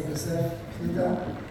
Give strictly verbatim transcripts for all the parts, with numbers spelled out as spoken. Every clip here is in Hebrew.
יצחק יוסף, החליטה,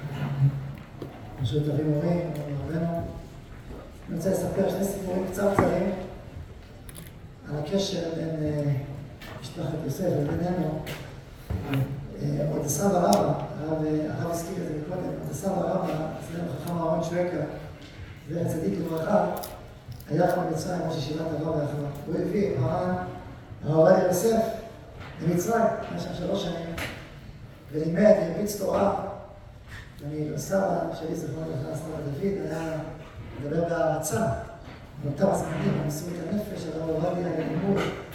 פשוט אבי מורים, רבנו. אני רוצה לספר שני סיפורים קצר קצרים על הקשר בין משפחת יוסף ובינינו. עוד הסבא רבא, הרב הזכיר את זה מקודם, עוד הסבא רבא, אצלנו חכם אהרון שווקה, זה צדיק לברכה, היה כבר במצרים, ראש ישיבת הרב ואחריו. הוא הביא מרן הרב עובדיה יוסף למצרים, היה שם שלוש שנים, ולימד, הרביץ תורה. אני, הסבא שלי זכרון לך, הסבא דוד, היה מדבר בהערצה, באותם הזמנים, במסירות הנפש, הרב עובדיה ללימוד.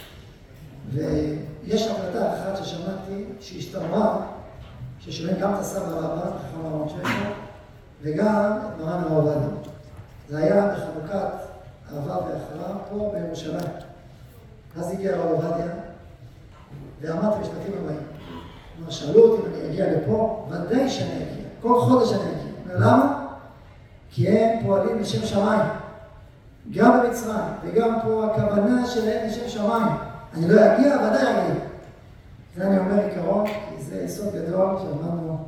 ויש הקלטה אחת ששמעתי שהשתמרה, ששומעים גם את הסבא רבא, חכם אהרון שווקה, וגם את מרן הרב עובדיה. זה היה בחנוכת אהבה ואחרה פה בירושלים. אז הגיע הרב עובדיה, ואמרתי משפטים הבאים. כלומר, שאלו אותי אם אני אגיע לפה, ודאי שאני אגיע. כל חודש אני אגיע. למה? כי הם פועלים לשם שמיים. גם במצרים, וגם פה הכוונה שלהם לשם שמיים. אני לא אגיע, ודאי אגיע. זה אני אומר עיקרון, כי זה יסוד גדול שאמרנו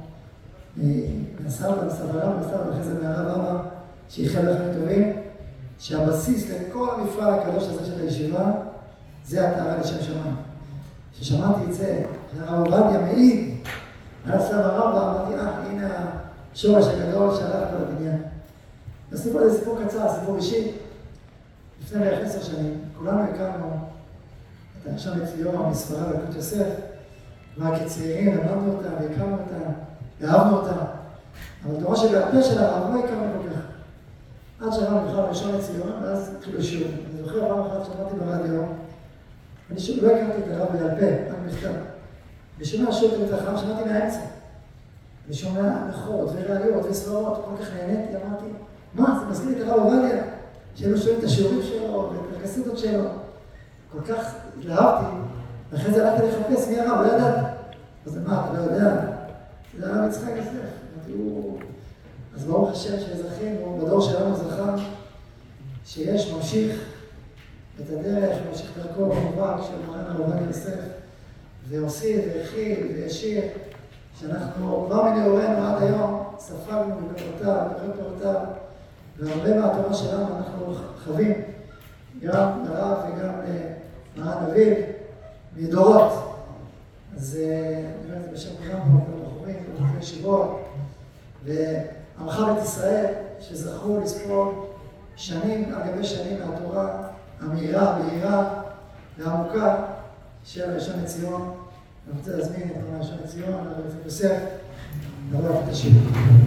מהסבא, מהסבא רבא, מהסבא אחרי זה מהרב אבא, שיחל לכם טובים, שהבסיס לכל המפעל הקדוש הזה של הישיבה, זה הטהרה לשם שמיים. כששמעתי את זה, הרב עובדיה מעיד על הסבא רבא, אמרתי, אה, הנה השורש הגדול שהלך כל הבניין. נוסיף על זה סיפור קצר, סיפור אישי. לפני בערך עשר שנים, כולנו הכרנו את השם לציון, מספרה בלקוט יוסף, רק כצעירים, למדנו אותה, והכרנו אותה, ואהבנו אותה. אבל תורה שבעל של הרב לא הכרנו כל כך. עד שהרב בכלל ראשון לציון, ואז התחילו שיעור. אני זוכר פעם אחת שמעתי ברדיו, אני שוב לא הכרתי את הרב בעל פה, רק מכתב. ושומע שוב את החם, שמעתי מהאמצע. ושומע נכות וראיות וסברות, כל כך נהניתי, אמרתי, מה, זה מזכיר את הרב עובדיה, שהיינו שומעים את השיעורים שלו ואת הקסטות שלו. כל כך התלהבתי, ואחרי זה הלכתי לחפש מי הרב, לא ידעתי. אז מה, אתה לא יודע? זה הרב יצחק יוסף. אמרתי, הוא... אז ברוך השם שזכינו, בדור שלנו זכה, שיש ממשיך את הדרך, ממשיך דרכו במובהק של מרן הרב עובדיה יוסף, והוסיף והכיל והשאיר, שאנחנו כבר מנעורנו עד היום ספגנו בפירותיו, בפירותיו, והרבה מהתורה שלנו אנחנו חווים, גם לרב וגם למרן אביב, מדורות. אז אני אומר את זה בשם כולם פה, כל הבחורים, כל הבחורי ישיבות, ועמך בית ישראל, שזכו לספור שנים על גבי שנים מהתורה המהירה, המהירה והעמוקה של ראשון לציון. אני רוצה להזמין את מרן ראשון לציון, הרב יצחק יוסף, לדבר את השיעור.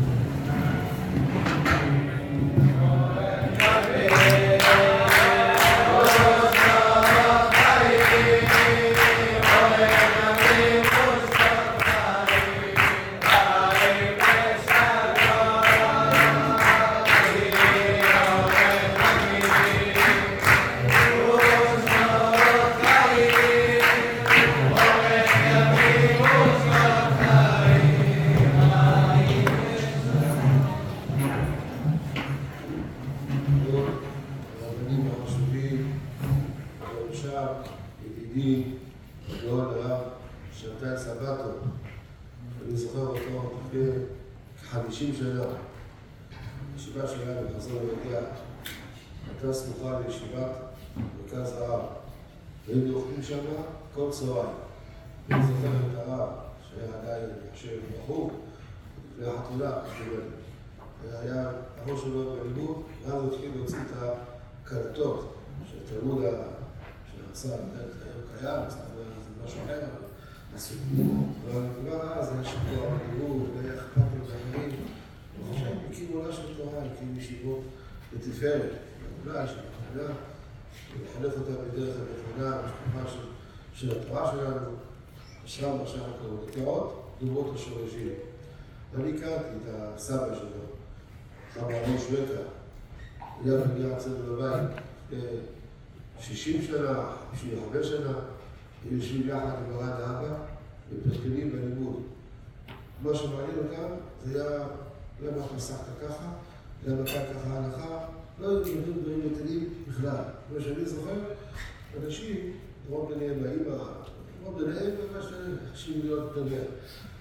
חמישים שנה, ישיבה שלנו בחזון המדיע, הייתה סמוכה לישיבת מרכז הרב. והיינו אוכלים שם כל צהריים. אני זוכר את הרב, שהיה עדיין, אני חושב, בחור, לפני החתונה, והיה הראש שלו בלימוד, ואז הוא התחיל להוציא את הקלטות של תלמוד שנעשה, היום קיים, זה משהו אחר, אבל כבר אז היה שבוע בלימוד, והיה אכפת לו דברים, ועכשיו הקימו עולה של תורה, הקימו ישיבות לתפארת, עולה של התחנה, ולחנך אותה בדרך הנכונה, המשפחה של התורה שלנו, שם עכשיו הקראות, דוברות השורשים. ואני הכרתי את הסבא שלו, סבא אהרון שווקה, היה מגיע אצלנו בבית שישים שנה, שישים וחמש שנה, הם יושבים יחד עם מרן אבא ומתפתחים בלימוד. מה שמעניין אותם זה היה למה אתה עסקת ככה, למה אתה ככה הלכה, לא יודעים דברים נתנים בכלל. כמו שאני זוכר, אנשים, דרום ביניהם באמא, דרום ביניהם במה שחשים להיות לדבר.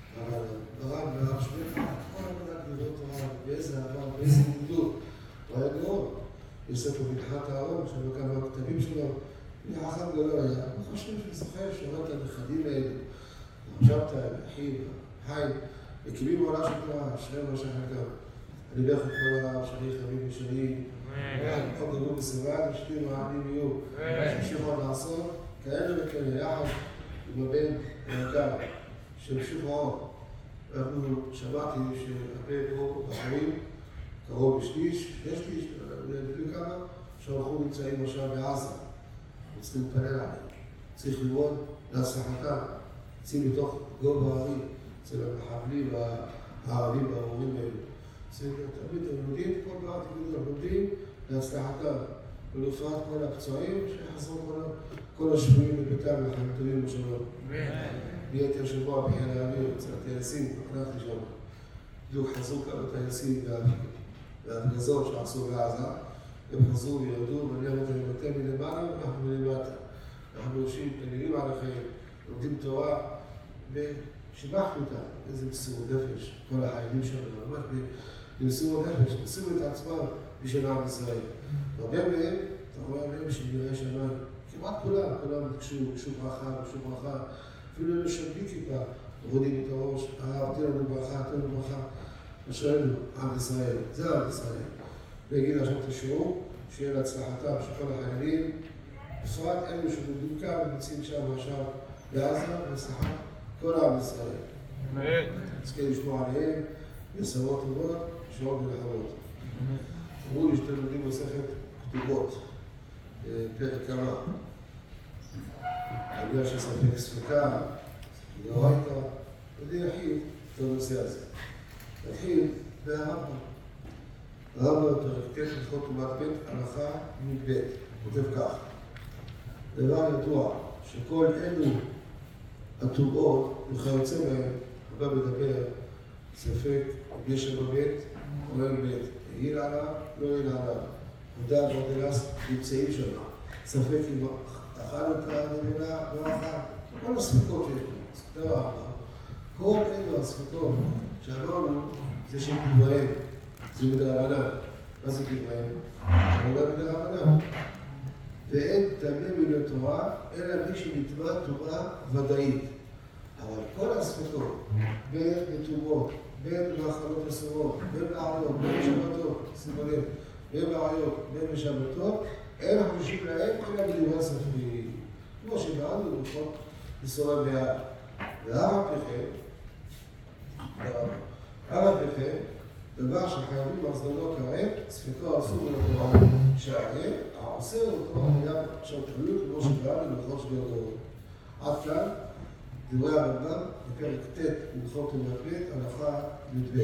אבל הרב והרב שמואל, כל המדע גדולות תורה, באיזה אהבה, באיזה ידידות. הוא היה גאון. יש ספר מנחת הארון, שלא כאן בכתבים שלו, חכם גדול היה. אני חושב שזוכר שאומר את הנכדים האלה, שבתא, אחיו, חיים, מקימים עולה של תורה, שניהם ראשי חלקם. אני אלך את כל הרב, שני חמים ושניים, עוד דברו בסביבה, אשתי מענים יהיו, שהמשיכו עוד לעשות, כאלה וכאלה, יחד עם הבן היקר, שהמשיכו עוד. אנחנו שמעתי שהרבה פה בחיים, קרוב לשליש, שני שליש, לפני כמה, שהלכו נמצאים עכשיו בעזה. צריכים להתפלל עליהם, צריך ללמוד להצלחתם, יוצאים מתוך גובה הערים, אצל המחבלים הערבים וההורים האלו. תמיד הם לומדים, כל פעם תגידו, לומדים להצלחתם, ולפרט כל הפצועים, שיחזרו כל השבויים לביתם לחיים טובים ושלום. נהייתי השבוע בחיל האוויר, אצל הטייסים, הלכתי שם. בדיוק חזרו כמה טייסים וההפגזות שעשו בעזה. הם חזרו וירדו, ואני אמרתי להם, אתם מלמעלה ואנחנו מלמטה. אנחנו יושבים, פנינים עליכם, לומדים תורה, ושיבחנו אותם, איזה מסירות נפש, כל החיילים שלנו, ממש במסירות נפש, מסירו את עצמם בשביל עם ישראל. הרבה מהם, אתה רואה מהם שנראה שמיים, כמעט כולם, כולם ביקשו, ביקשו ברכה, ביקשו ברכה, אפילו אלו שבלי כיפה, הורידים את הראש, הרב, תן לנו ברכה, תן לנו ברכה, אשרינו, עם ישראל, זה עם ישראל. ויגיד עכשיו את השיעור, שיהיה להצלחתם של כל החיילים, בפרט אלו שלומדים כאן ונמצאים שם עכשיו בעזה, והצלחת כל עם ישראל. נזכה לשמוע עליהם, יסרות טובות, שעות ולחרות. אמרו לי שאתם לומדים מסכת כתובות, פרק כמה. אני יודע שספק ספקה, דאורייתא, ודי אחיו את הנושא הזה. נתחיל בהרמב"ם. הרמב"ם פרק ט' הלכות טומאת ב' הלכה י"ב, כותב כך: דבר ידוע שכל אלו הטומאות וכיוצא בהם, הבא מדבר ספק גשם בבית או אין בית, העיל עליו, לא העיל עליו, הודע ואורדלס נמצאים שם, ספק אם אכל אותה נמלה לא אכל, כל הספקות שיש לנו, כל אלו הספקות שאמרנו זה שהם דבריהם, זה מדרבנן. מה זה דבריהם? זה לא מדרבנן. ואין תמיד מן התורה, אלא מי שנטמע תורה ודאית. אבל כל הספקות, בין בטומאות, בין מאכלות אסורות, בין בעיות, בין בשבתות, שימו לב, בין בעיות, בין בשבתות, אין חודשים להם, אלא בדברי ספרים. כמו שבאנו ללכות לסורם ביד. ואף פחד, אף פחד, דבר שחייבים לחזור כעת, ספקו אסור לתורה שהרי, העושה אותו היה שם תלוי כמו שבא למלכות שביעות אורות. עד כאן, דברי הרמב"ם, בפרק ט' הלכות טומאת ב' הלכה י"ב.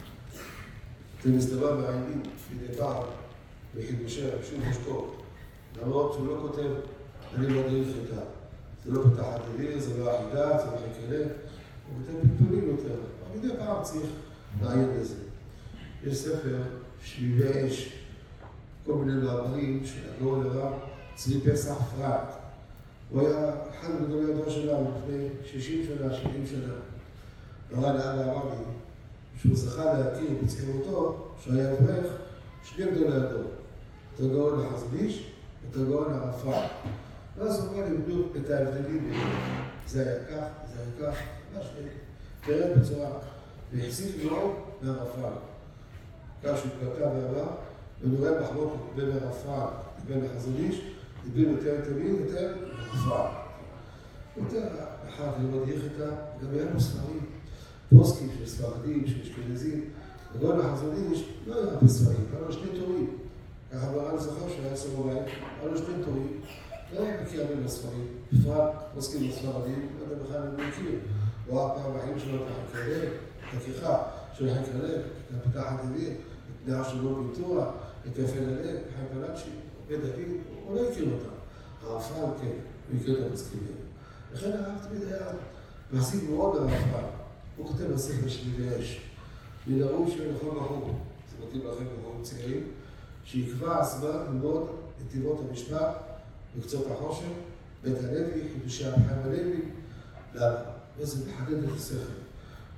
אתם מסתבר מעיינים מדי פעם בחידושי רב שוב ושטות, למרות שהוא לא כותב, אני לא דרך איתה. זה לא פתחת דביר, זה לא עידה, זה לא חקלה, הוא כותב פלפולים יותר, אבל מדי פעם צריך לעיין בזה. יש ספר שביבי אש, כל מיני מאמרים של הגאון הרב צבי פסח פרט. הוא היה אחד מגדולי הדור שלנו לפני שישים שנה, שבעים שנה. נורא לאבא אמר לי שהוא זכה להכיר בצעירותו שהוא היה אברך שני גדולי הדור. את הגאון החזון איש ואת הגאון הרב פרט. ואז הוא אמר לי בדיוק את ההבדלים, זה היה כך, זה היה כך, ממש תרד בצורה, והחזיק מאוד מהרב פרט. כך שהוא כתב ואמר, ונראה מחלוקת בין הרב פרט לבין החזון איש, לבין יותר תמיד, יותר פרט. יותר אחת ללמוד יחדה, גם היה לו ספרים, פוסקים של ספרדים, של אשכנזים, וגם החזון איש לא היה בספרים, היה לו שני תורים. ככה מרן זכר שהיה אצלו בבית, היה לו שני תורים, לא היה מכיר הרבה בספרים, בפרט פוסקים בספרדים, לא יודע בכלל אני מכיר. לא היה פעם בחיים שלו את החקרלב, את הכיחה של החקרלב, את הפתחת דביר, את נער שלו פינטורה, את יפה ללב, חיים פלאצ'י, בית דוד, הוא לא הכיר אותם. הרב פרנק, כן, הוא הכיר את המסכימים. לכן הרב תמיד היה מחזיק מאוד לרב פרנק. הוא כותב בספר שביבי אש. מן הראוי שלכל בחור, זה מתאים לכם בחורים צעירים, שיקבע הזמן ללמוד את טבעות המשפט, מקצות החושן, בית הלוי, חידושי החיים הלוי, למה? וזה מחדד את השכל.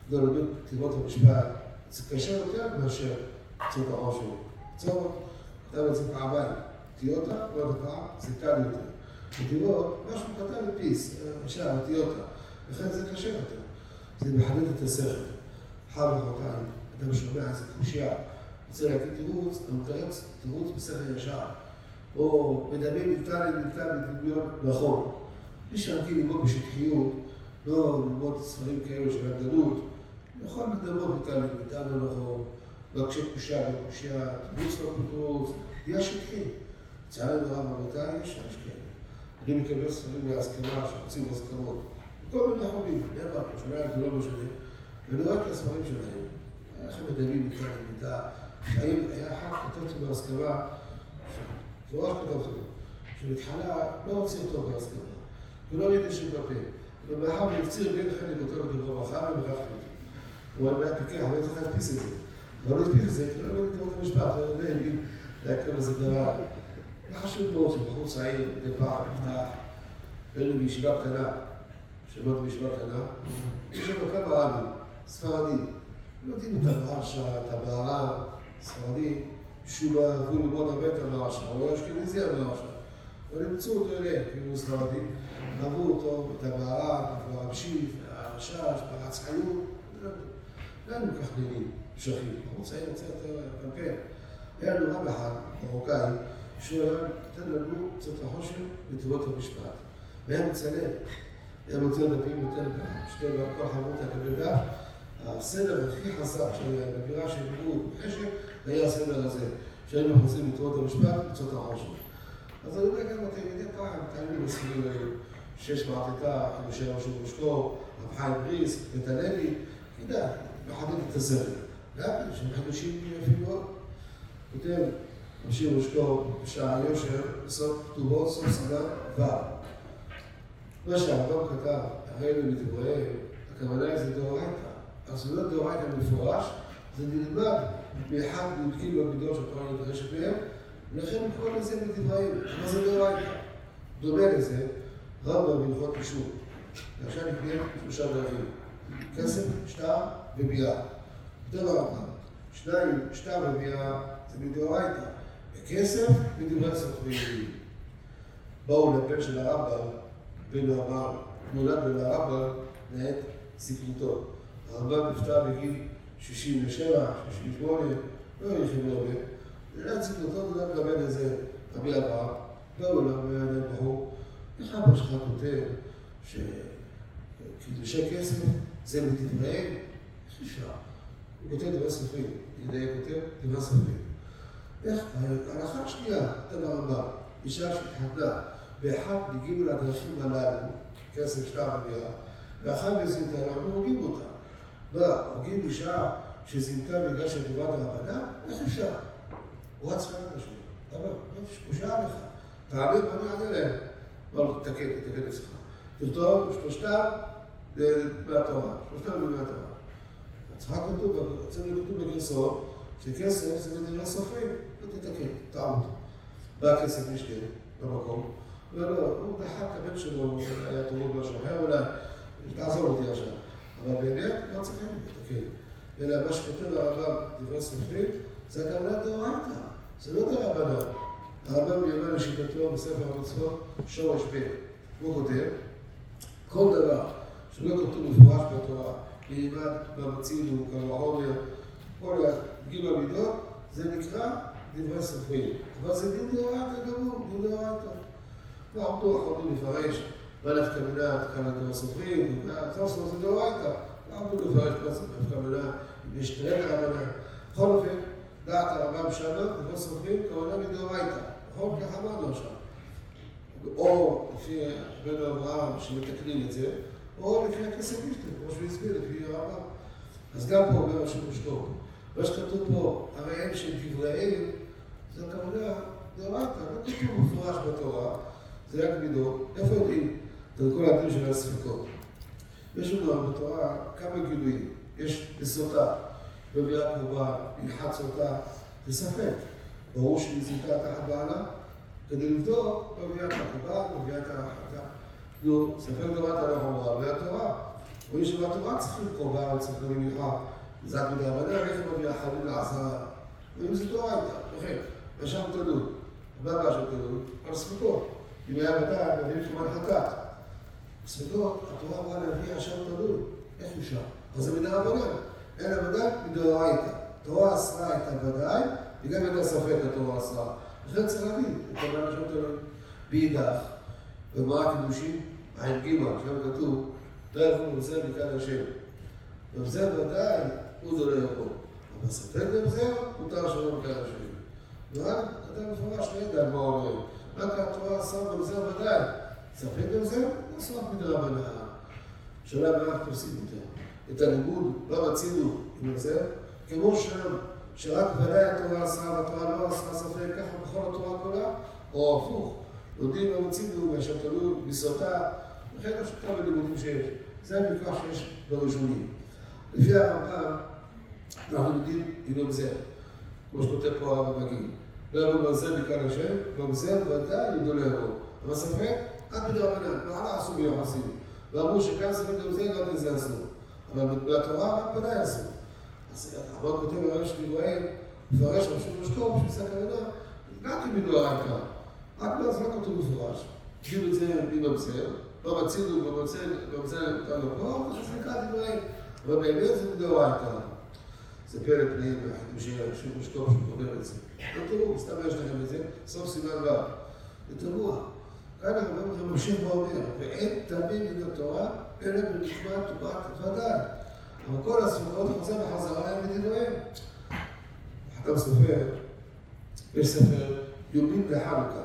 לא לומד כתיבות המשפט, זה קשה יותר מאשר קצות הראש שלו. קצות, כתב את זה פעמיים. טיוטה, עוד פעם, זה קל יותר. כתיבות, משהו כתב לפיס, עכשיו, הטיוטה. לכן זה קשה יותר. זה מחדד את השכל. חב וחותיים, אדם שומע איזה קושייה. רוצה להגיד תירוץ, הוא מתרץ תירוץ בשכל ישר. או מדמים מלכן למלכן בדמיון נכון. מי שרגיל ללמוד בשטחיות, לא ללמוד ספרים כאלו של הגדלות, יכול לדמות מכאן למלכן לא נכון, להקשב קושייה, לקושייה, תירוץ לא תירוץ, תהיה שטחי. צהל לדרם רבותיי, יש יש כאלה. אני מקבל ספרים להסכמה, שרוצים הסכמות. כל מיני חובים, נאמר, שומע את זה לא משנה, ואני רואה את הספרים שלהם. איך הם מדמים מכאן למיטה, האם היה חק כתוב אותו בהסכמה, זה ממש כתוב אותו, שבהתחלה לא הוציא אותו בהסכמה, ולא ראיתי שם בפה. ובאחר והפציר בין חלק אותו לדבר אחר ומרחתי אותו. הוא היה פיקח, אבל צריך להדפיס את זה. אבל לא הדפיס את זה, כי לא ראיתי את המשפט, לא יודע, להגיד, להקרב איזה דבר. זה חשוב מאוד שבחור צעיר, מדי פעם, נפתח, היינו בישיבה קטנה, שמות בישיבה קטנה, יש לנו כמה רבים, ספרדים. לא יודעים את המרשה, את הבערה, ספרדי, שהוא בגבול ללמוד הרבה את המרשה, הוא לא אשכנזי המרשה. אבל ימצאו אותו אליהם, כאילו ספרדי, עברו אותו, את הבערה, את הרב שיף, הרשש, פרץ חיוב, לא היינו כך נהנים, שכים. הוא צעיר, צעיר יותר פמפל. היה לנו רב אחד, מרוקאי, שהוא היה נותן לנו קצת החושן לטובות המשפט. והיה מצלם, היה מוצא דפים יותר שתי כל חברות הקבל דף, הסדר הכי חזק של הבירה של בירות בחשק היה הסדר הזה, שהיינו מכניסים לטובות המשפט וקצות החושן. אז אני אומר גם, אתם יודעים פעם, תעלמים בסכימים האלו, שש מעטתה, חמישי ראשו ראשתו, רב חיים בריס, בית הלוי, כדאי, מחדד את הסדר. גם שהם חדשים יפים מאוד. כותב, ראשי ראשתו, בשעה היושר, בסוף כתובות, סוף סדר, ועד. מה שהרב כתב, הרי לו לדבריהם, הכוונה היא זה דאורייתא. אז זה לא דאורייתא מפורש, זה נלמד מאחד י"ג במידות שהתורה נדרשת מהם, ולכן נקרא לזה בדבריהם. מה זה דאורייתא? דומה לזה, רמב"ם בהלכות קישור. ועכשיו נקרא שלושה דרכים. כסף, שטר וביאה. יותר רמב"ם. שניים, שטר וביאה זה מדאורייתא. וכסף מדברי סופרים. באו לבן של הרמב"ם, בן אמר, נולד בן הרמב"ם מעת ספרותו. הרמב"ם נפטר בגיל שישים ושבע, שישים ושמונה, לא הולכים הרבה. מעת ספרותו נולד לבן הזה, רבי אברהם, באו אליו בן בחור. איך אבא שלך כותב שקידושי כסף זה מדבריהם? איך אפשר? הוא כותב דבר סופרים, ידעי כותב דבר סופרים. איך? ההלכה השנייה, כתב הרמב"ם, אישה שהתחתנה באחד מגיעו לדרכים הללו, כסף, שטר וביאה, ואחד מזינתה, אנחנו הוגים אותה. לא, הוגים אישה שזינתה בגלל שטובת הרבנה? איך אפשר? הוא עצמם משהו. אבל, הוא שאל לך. תעמד מה נענה להם. לא, תקן, תקן אצלך. תכתוב שלושתם מהתורה. שלושתם מהתורה. הצחק כתוב, אצלנו כתוב בגרסות, שכסף זה מדברי סופרים. לא תתקן, טעות. בא הכסף משתה, במקום. לא, לא, הוא דחק הבן שלו, היה תורות משהו אחר, אולי, תעזור אותי עכשיו. אבל באמת, לא צריכים לתקן. אלא מה שכתוב הרמב"ם דברי סופרים, זה הכוונה דאורייתא. זה לא דרבנן. הרמב"ם יאמר לשיטתו בספר המצוות שורש ב'. הוא כותב, כל דבר שלא כתוב מפורש בתורה, נלמד במציאות וכמעומר, כל הגיל המידות, זה נקרא דברי סופרים. אבל זה דין דאורייתא גמור, דין דאורייתא. ועמדו אחרונים לפרש, ואנחנו כמובן כאן לדבר סופרים, והתוספות זה דאורייתא. ועמדו לפרש נפקא מינה, אם יש תראה הרבנה. בכל אופן, דעת הרמב"ם שמה, דבר סופרים, כמובן מדאורייתא. נכון? ככה אמרנו עכשיו. או לפי בן אברהם שמתקנים את זה, או לפי הכסף משתה, כמו שהוא הסביר, לפי הרמב"ם. אז גם פה אומר השם ושתו. מה שכתוב פה, הרי הם של דבריהם, זה הכוונה דאורייתא, לא כתוב מפורש בתורה. זה רק מידות. איפה יודעים? את כל הדין של הספקות. יש לנו בתורה כמה גילויים. יש בסוטה, בביאה קרובה, הלכת סוטה, זה ספק. ברור שהיא זינתה תחת בעלה, כדי לבדוק בביאת הקרובה, בביאת ההחלטה. נו, ספק דאורייתא לא חומרה, והתורה. רואים שבתורה צריכים קרובה, צריך למנחה, זק מדרבנן, איך הם מביאה חלים לעשרה. רואים זה תורה הייתה, לכן, ושם תלוי. מה הבא שם תלוי? על ספקות. אם היה ודאי, מביאים כמובן חכת. ספקות, התורה אמרה להביא השם תלוי. איך אפשר? אז זה מדרבנן. אין הוודאי, מדאורייתא. תורה אסרה את הוודאי, וגם את הספק התורה אסרה. לכן צריך להביא, את הבן השם תלוי. באידך, בגמרא קידושין, עין גימל, שם כתוב, לא יכול לבשר מכאן השם. לבשר ודאי, הוא זה לא יכול. אבל ספק לבשר, מותר שלא מכאן השם. ורק, אתה מפורש לא ידע מה אומר. רק התורה אסרה לבשר ודאי. ספק לבשר, אסרה מדרבנן. שאלה מה תופסים יותר. את הלימוד, לא רצינו עם לבשר, כמו שם, שרק ודאי התורה אסרה והתורה לא אסרה ספק, ככה בכל התורה כולה, או הפוך. לומדים ומצינו מהשם תלוי, בסוטה, וכן השקה בלימודים שיש. זה המקרה שיש בראשונים. לפי הרמב"ם, אנחנו יודעים עם זה, כמו שכותב פה הרב המגיד. לא יבוא בזה מכאן השם, בזה ודאי ידעו להראות. אבל ספק, עד מדרבנן, לא עשו ביוחסים. ואמרו שכאן ספק גם זה, גם את זה עשו. אבל בתורה רק ודאי עשו. אז הרמב"ם כותב בראש דבריהם, מפרש רשום משקור, בשביל סכנה, נעתי מדאורייתא. רק לא, זה לא כתוב מפורש. גיב את זה מבבשר, לא מצינו, בבשר, בבשר נתן לו פה, זה סליחה דבריהם. אבל באמת זה מדאורייתא. זה פלא פנים, החידושי, שוב משקוף שהוא אומר את זה. לא תראו, סתם יש לכם את זה, סוף סימן ו'. זה תבוע. כאן הרמב"ם ממשיך ואומר, ואין תמים מן התורה, אלא בנשמת תורת ודאי. אבל כל הספקות חוזר בחזרה להם ודבריהם. חתם סופר, יש ספר, יומים לחנוכה.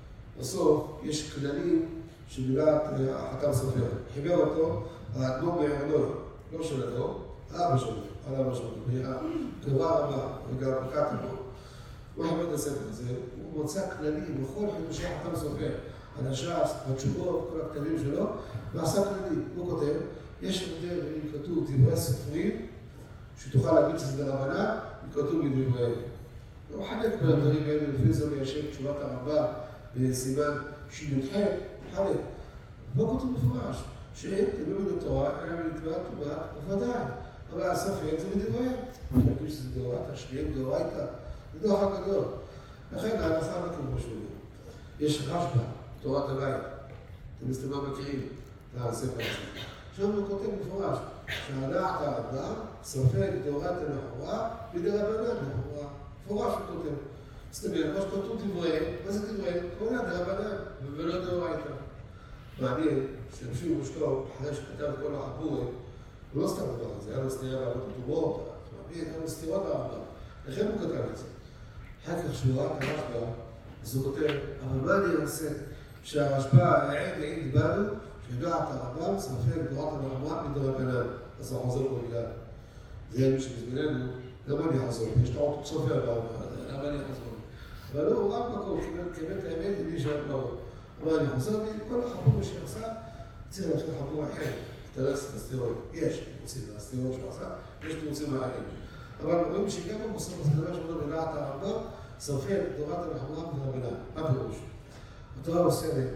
בסוף יש כללים שבילת החתם סופר. חיבר אותו האדמו"ר מערלוי, לא של הדור, אבא שלו, על אבא שלו, גבר רבה, וגם קטן בו. הוא חיבר את הספר הזה, הוא מוצא כללים בכל חידושי החתם סופר, על הש"ס, התשובות, כל הכתבים שלו, ועשה כללים. הוא כותב, יש הבדל אם כתוב דברי סופרים, שתוכל להגיד שזה דרבנן, וכתוב מדבריהם. הוא חלק מהדברים האלה, לפי זה מיישב תשובת הרמב"ם בסימן שי"ח, חלק. לא כתוב מפורש, שאין תלוי מן התורה, אלא מנתבעת ובעת בוודאי. אבל הספק זה מדבריהם. אני חושב שזה דאורייתא, שניהם דאורייתא, זה דוח הגדול. לכן ההלכה לא כמו שהוא אומר. יש רשב"א, תורת הבית. אתם מסתבר מכירים את הספר הזה. שם הוא כותב מפורש, שהדעת הרמב"ם ספק דאורייתא לכאורה, מדרבנן לכאורה. מפורש הוא כותב. זאת אומרת, כמו שכתוב דבריהם, מה זה דבריהם? כמובן דרבנן, ולא דאורייתא. מעניין, שהמשיכו משקול, אחרי שכתב את כל החבורים, הוא לא סתם דבר הזה, היה לו סתירה בעלות הטובות, היה לו סתירות הרמב"ם. לכן הוא כתב את זה. אחר כך שהוא ראה את הרשב"א, אז הוא כותב, אבל מה אני אעשה? שהרשב"א העד העיד בנו, שידעת הרמב"ם, ספק תורת הרמב"ם מדרבנן. אז הוא חוזר פה מיד. זה מי שבזמננו, למה אני חזור? יש תורת סופר ברמב"ם, למה אני חזור? אבל לא, הוא רק מקום, כיוון את האמת, מי שאומר לא. אבל אני חוזר לי, כל החבור שעשה, צריך להתחיל חבור אחר. תרס את הסתירות. יש תירוצים לסתירות שהוא עשה, יש תירוצים מעלים. אבל רואים שגם במוסף הסתירה שלנו בדעת הרמב"ם, ספק תורת הרמב"ם מדרבנן. מה פירוש? התורה אוסרת,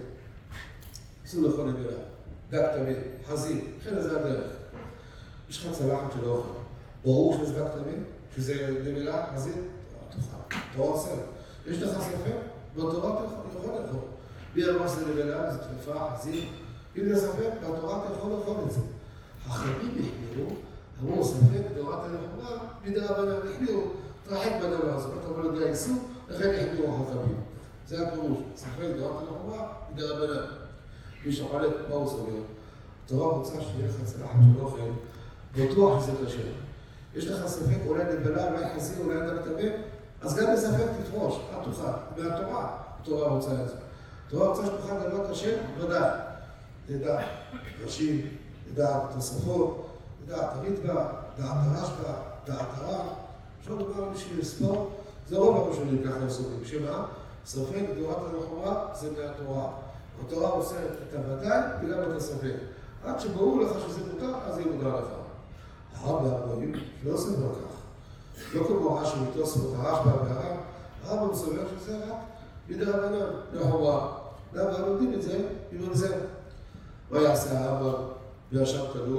אסור לאכול נבלה, דג טמא, חזיר, לכן זה הדרך. יש לך צלחת של אוכל. ברור שזה דג טמא, שזה נבלה, חזיר, תאכל. תורה אוסרת. יש לך ספק? בתורה אתה יכול לאכול. בי אמר שזה נבלה, זה תקופה, חזיר. אם זה ספק, בתורה אתה יכול לאכול את זה. החכמים החמירו, אמרו ספק, תורת הרמב"ם, מדרבנן החמירו, תרחק בדבר הזה, אתה אומר לדעה איסור, לכן החמירו החכמים. זה הפירוש, ספק, תורת הרמב"ם, מדרבנן. מי שחולק, מה הוא סוגר? התורה רוצה שיהיה לך צלחת של אוכל, בטוח שזה קשה. יש לך ספק, אולי נבלה, אולי חזיר, אולי דג טמא, אז גם בספק תפרוש, אל תאכל. מהתורה, התורה רוצה את זה. התורה רוצה שתאכל דבר קשה, ודאי. תדע ראשים, תדע תוספות, תדע הרמב"ם, תדע הרשב"א, תדע הר"ן. אפשר לומר בשביל לספור, זה רוב הראשונים ככה עושים. שמה? ספק תורת הרמב"ם זה מהתורה. התורה עושה את הוודאי וגם את הספק. עד שברור לך שזה מותר, אז זה מותר לך. הרמב"ם לא עושה דבר כך. לא כמו רש"י מתוספות, הרשב"א והר"ן, הרמב"ם סובר שזה רק מדרבנן, לכאורה. למה לומדים את זה? אם זה. מה יעשה הרמב"ם וישב תלוי?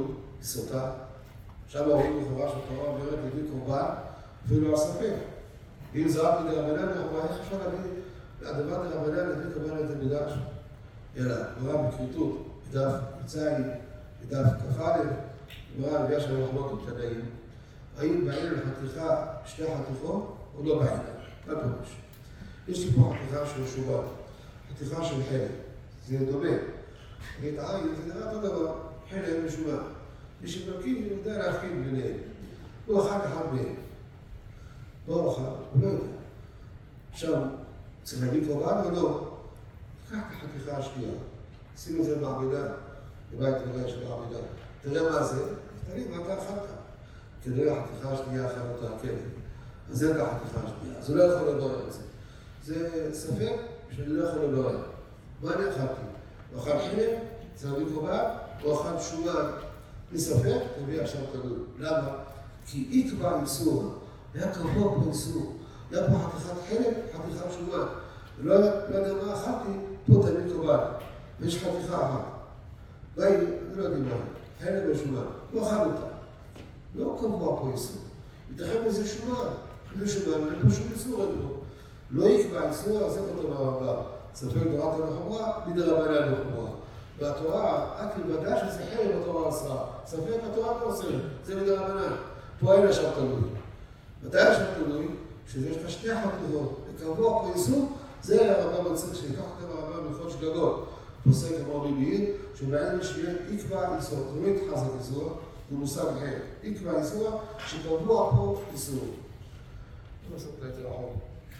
סוטה. עכשיו רואים לכאורה שהתורה אומרת להביא קורבן, אפילו לא הספק. אם זה רק מדרבנן, איך אפשר להביא, הדבר דרבנן להביא קורבן לבית המקדש? אלא, גמרא בכריתות, בדף י"ז, בדף כ"א, גמרא הביאה שם מחלוקת תנאים. האם בעין לחתיכה שתי חתיכות או לא בעין? מה פירוש? יש לי פה חתיכה של שובל, חתיכה של חלב, זה דומה. את העין זה נראה אותו דבר, חלב ושובל. מי שמרכיב יודע להבחין ביניהם. הוא אחד אחד מהם. לא אחד, הוא לא יודע. עכשיו, צריך להביא קורבן או לא? קח את החתיכה השנייה, שים את זה במעבדה, בבית מלא של מעבדה. תראה מה זה, תראי מה אתה אכלת. כנראה החתיכה השנייה אכל אותה הכלב. אז זה את החתיכה השנייה, אז הוא לא יכול לברר את זה. זה ספק שאני לא יכול לברר. מה אני אכלתי? הוא אכל חלב, צריך להביא קורבן, הוא אכל שומן. מספק, תביא עכשיו תלוי. למה? כי עיקר איסור, היה קרוב פה איסור. היה פה חתיכת חלב, חתיכת שומן. ולא יודע מה אכלתי, פה תביא קורבן. ויש חתיכה אחת. ואי, אני לא יודע מה, חלב ושומן. לא אכל אותה. לא קבוע פה איסור. ייתכן בזה שומן. זה שומן, אין פה שום איסור, אין פה. לא יקבע איסור, אז איך אותו מהרבה. ספק תורת הנחמרה, מדרבנן הנחמרה. והתורה, רק לבדה שזה חלב התורה עשרה. ספק התורה לא עושה, זה מדרבנן. פה אין השם תלוי. מתי השם תלוי? שיש לך שתי חתיכות. וקבוע פה איסור, זה הרמב"ם מצריך שיקח אותם הרמב"ם מלכות שגגות. פוסק אמר לי מאיר, שבעין השביעית יקבע איסור. זה לא יתחזק איסור, זה מושג אחר. יקבע איסור, שקבוע פה איסור. לא עושה את היתר החוק.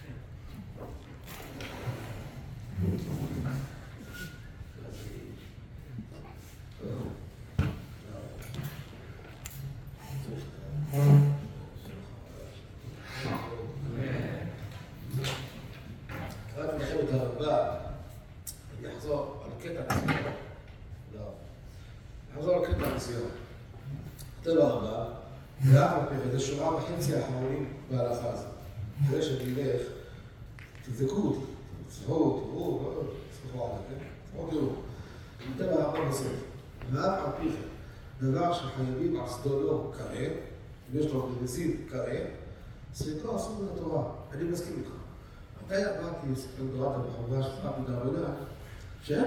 רק לכם את הרמב"ם, אני אחזור על קטע מסוים. לא. אחזור על קטע מסוים. כתב הרמב"ם, ואף על פי זה שורה וחצי האחרונים בהלכה הזאת. אחרי שאני אלך, תבדקו אותי, תצפו, תראו, לא, תצפו עליו, כן? תצפו, תראו. כתב הרמב"ם בסוף. ואף על פי דבר שחייבים על סדולו כרת, אם יש לו בנזין כרת, ספקו אסור מן התורה. אני מסכים איתך. מתי אמרתי ספק תורת המחמרה שלך מדרבנן, שאין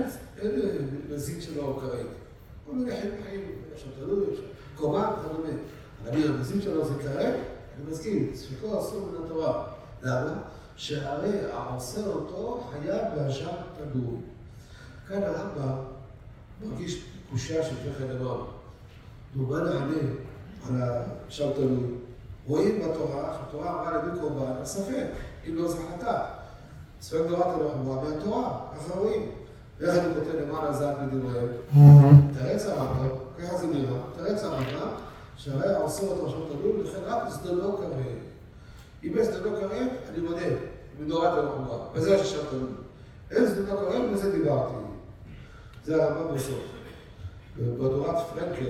נזין שלו כרת. כל מיני חיים חיים, יש שם תלוי, יש שם קורבן וכדומה. אבל הנזין שלו זה כרת, אני מסכים, ספקו אסור מן התורה. למה? שהרי העושה אותו חייב בהשם תלוי. כאן הרמב"ם מרגיש קושיה של פחד אמר. הוא בא לענה על השם תלוי. רואים בתורה, שהתורה אמרה להביא קורבן, הספק, אם לא זה חטא. ספק תורת המחמרה מהתורה, ככה רואים. ואיך אני כותב למעלה זעת מדבריהם? תרץ הרמב"ם, ככה זה נראה, תרץ הרמב"ם, שהרי העושה אותו השם תלוי, ולכן רק סדולו כרת. אם יש סדולו כרת, אני מודה, מדורת המחמרה. וזה יש השם תלוי. אין סדולו כרת, וזה דיברתי. זה הרמב"ם בסוף. ובתורת פרנקל,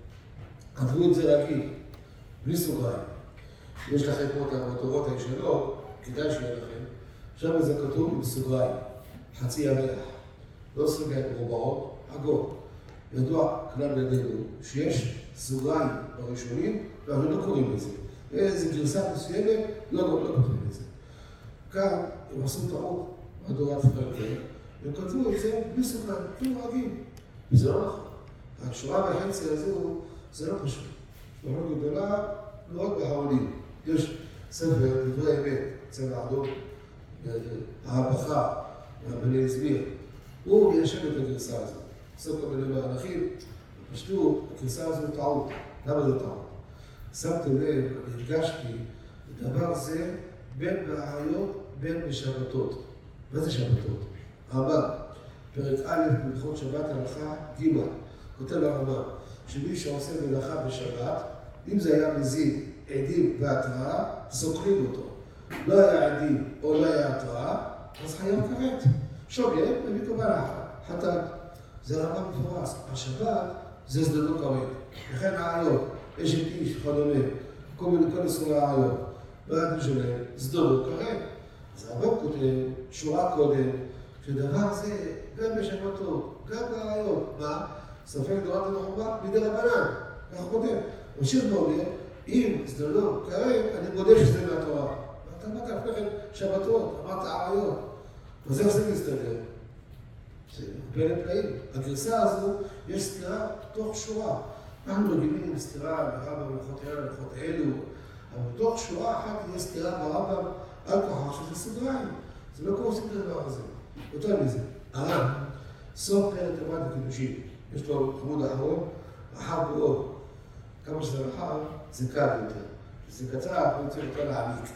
עברו את זה רגיל, בלי סוגריים. יש לכם פה את התורות הישנות, כדאי שיהיה לכם. שם זה כתוב עם סוגריים, חצי ירח. לא סוגריים מרובעות, עגול. ידוע כלל ידינו שיש סוגריים בראשונים, ואנחנו לא קוראים לזה. איזו גרסה מסוימת, לא כותבים את זה. כאן הם עשו טעות בתורת פרנקל, והם כתבו את זה בלי סוגריים, כאילו רגיל. וזה לא נכון. השורה והחצי הזו, זה לא פשוט. שורה גדולה, מאוד בהעולים. יש ספר, דברי אמת, צבע אדום, ההפכה, והבני הסביר. הוא מיישב את הגרסה הזו. עושה כל מיני מהלכים, פשטו, הגרסה הזו טעות. למה זה טעות? שמתי לב, הרגשתי, דבר זה בין בעיות, בין בשבתות. מה זה שבתות? הרמב"ם, פרק א' בהלכות שבת הלכה ג' כותב הרמב"ם, שמי שעושה מלאכה בשבת, אם זה היה מזין, עדים והתראה, סוקרים אותו. לא היה עדים או לא היה התראה, אז חייב כרת. שוגג, מביא קורבן חטאת. זה רמב"ם מפורש. השבת זה סדולו כרת. לכן העיות, אשת איש, חדומה, כל מיני כל איסורי העיות. בעדים שלהם, סדולו כרת. אז הרמב"ם כותב, שורה קודם, שדבר זה גם בשבתות, גם בעיות. מה? ספק תורת המחמרה מדרבנן. ככה הוא כותב. ממשיך ואומר, אם זה לא קרב, אני מודה שזה מהתורה. ואתה אמרת לפני כן שבתות, אמרת עריות. אז איך זה מסתדר? זה בין פלאים. הגרסה הזו, יש סתירה תוך שורה. אנחנו רגילים עם סתירה ברמב"ם הלכות האלה, הלכות אלו, אבל בתוך שורה אחת יש סתירה ברמב"ם על כוחה שזה סוגריים. זה לא כל עושים את הדבר הזה. יותר מזה. הר"ן, סוף פרק תורת הקידושים. יש לו עמוד אחרון, רחב מאוד. כמה שזה רחב, זה קל יותר. זה קצר, אנחנו צריכים יותר להעמיק.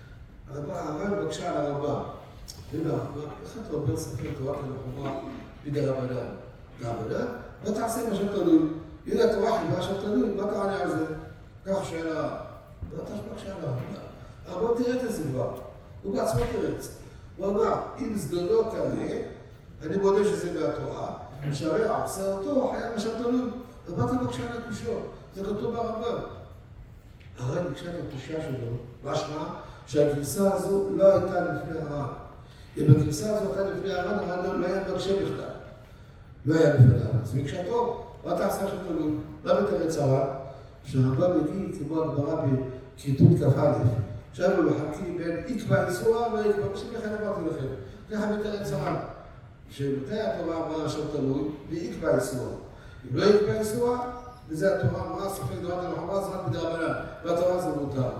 הר"ן בקשה על הרמב"ם. הנה, איך אתה אומר ספר תורת הלכות בידי רבנן? רבנן? לא תעשה מה שתלוי. הנה התורה חיבה שתלוי, מה תענה על זה? כך שאלה, לא תשפק שאלה. אבל תראה את זה כבר. הוא בעצמו תרץ. הוא אמר, אם סדודו כאלה, אני מודה שזה מהתורה, שהרי עשה אותו, חיה מה שתלוי. ומה אתה בקשה על הקושיות? זה כתוב ברמב"ם. הר"ן ביקשה את הקושייה שלו, משמע שהגרסה הזו לא הייתה לפני הר"ן. אם הגרסה הזו הייתה לפני הר"ן, הר"ן לא היה מקשה בכלל. לא היה לפני הר"ן. אז ביקשה טוב, מה אתה עשה שתלוי? מה מתרץ הר"ן? שהרמב"ם הגיע כמו הגמרא בכריתות כ"א. עכשיו הוא מחלקים בין איקבע איסורה ואיקבע, בשביל לכן אמרתי לכם. ככה מתרץ הר"ן. שמתי התורה אמרה שם תלוי? באיקבע איסורה. אם לא איקבע איסורה, וזה התורה אמרה, ספק דורת המחמרה, זה רק מדרבנן, והתורה זה מותר.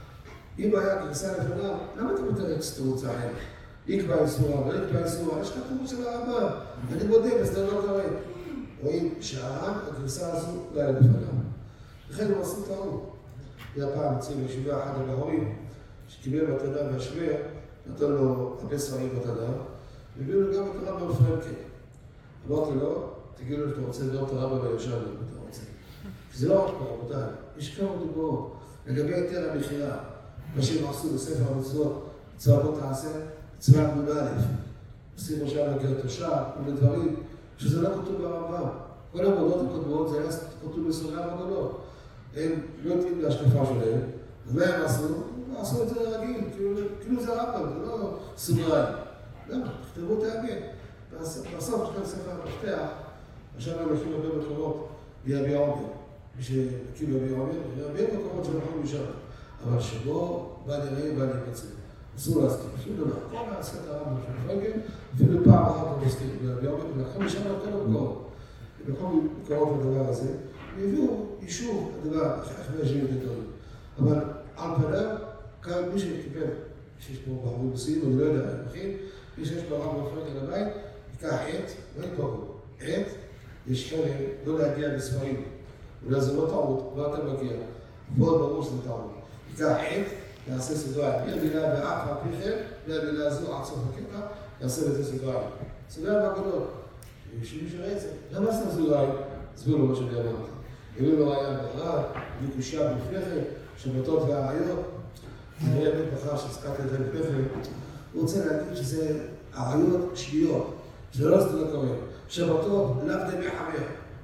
אם היה גרסה לפניו, למה אתה מתרץ תירוץ אחר? איקבע איסורה ולא איקבע איסורה, יש לך תירוץ של הרמב"ם. אני מודה, וזה לא קורה. רואים שהר"ן, הגרסה הזו לא היה לפניו. לכן הוא עשו טעות. היה פעם אצלי בישיבה אחד הגהורים, שקיבל מתנה מהשמר, נתן לו הרבה ספרים מתנה, והביאו לו גם את הרמב"ם פרנקל. אמרתי לו, תגידו לו שאתה רוצה לראות את הרמב"ם הישר, אם אתה רוצה. זה לא רק פה, רבותיי, יש כמה דוגמאות. לגבי היתר המכירה, מה שהם עשו בספר המצוות, מצווה בוא תעשה, מצווה נ"א. עושים עכשיו לגר תושב, כל דברים, שזה לא כתוב ברמב"ם. כל העבודות הקודמות זה היה כתוב בסוגריים הגדולות. הם לא התאים להשקפה שלהם, אז מה הם עשו? עשו את זה רגיל, כאילו זה הרמב"ם, זה לא סוגריים. למה? תכתבו את האמת. בסוף יש כאן ספר המפתח, עכשיו הם הולכים הרבה מקומות ביביע עומר. מי שמכיר ביביע עומר, הרבה מקומות שאנחנו משם. אבל שבו בא נראה ובא להימצא. אסור להסכים, שום דבר. כל העשת הרמב"ם של פרנקל, אפילו פעם אחת לא מסכים ביביע עומר, ולקחו משם על כל המקומות. ולקחו מקומות לדבר הזה, והביאו אישור לדבר, איך מיישבים את הדברים. אבל על פניו, כאן מי שקיבל, שיש פה בחורים מסוים, אני לא יודע, אני מכין, מי שיש ברמב"ם פרנקל לבית, ייקח עט, לא יתפגעו. עט, יש חלם לא להגיע בספרים. אולי זה לא טעות, לא אתה מגיע. מאוד ברור שזה טעות. ייקח עט, יעשה סדריים. יהיה מילה באף הפיכם, והמילה הזו עד סוף הקטע, יעשה לזה סדריים. סדריים בגדול. שמי שראה את זה, למה עשתה סדריים? הסבירו לו מה שאני אמרתי. הביאו לו רעיון בהרד, הביאו קושייה בפני כן, שבתות והעריות. אני רואה בית בחר שהזכרתי את זה לפני כן. הוא רוצה להגיד שזה עריות שביעות. זה לא סדות הקרב. שבתות לאו דמי חמר.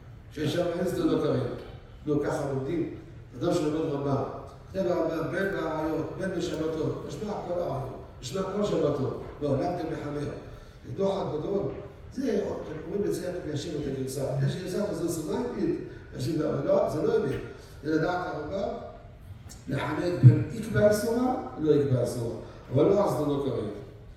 ששם אין סדות הקרב. לא ככה לומדים. אדם שלומד רמב"ם. כתב הרמב"ם בין בעריות, בין בשבתות. משמע כל העריות. משמע כל שבתות. לא, לאו דמי חמר. זה דוח הגדול. זה, אומרים לזה להשאיר את הגרסה. יש גרסה כזו סוגריים, להשאיר את זה. לא, זה לא אמת. זה לדעת הרמב"ם, לחלק בין איקבע איסורה ולא איקבע איסורה. אבל לא הסדות לא קרב.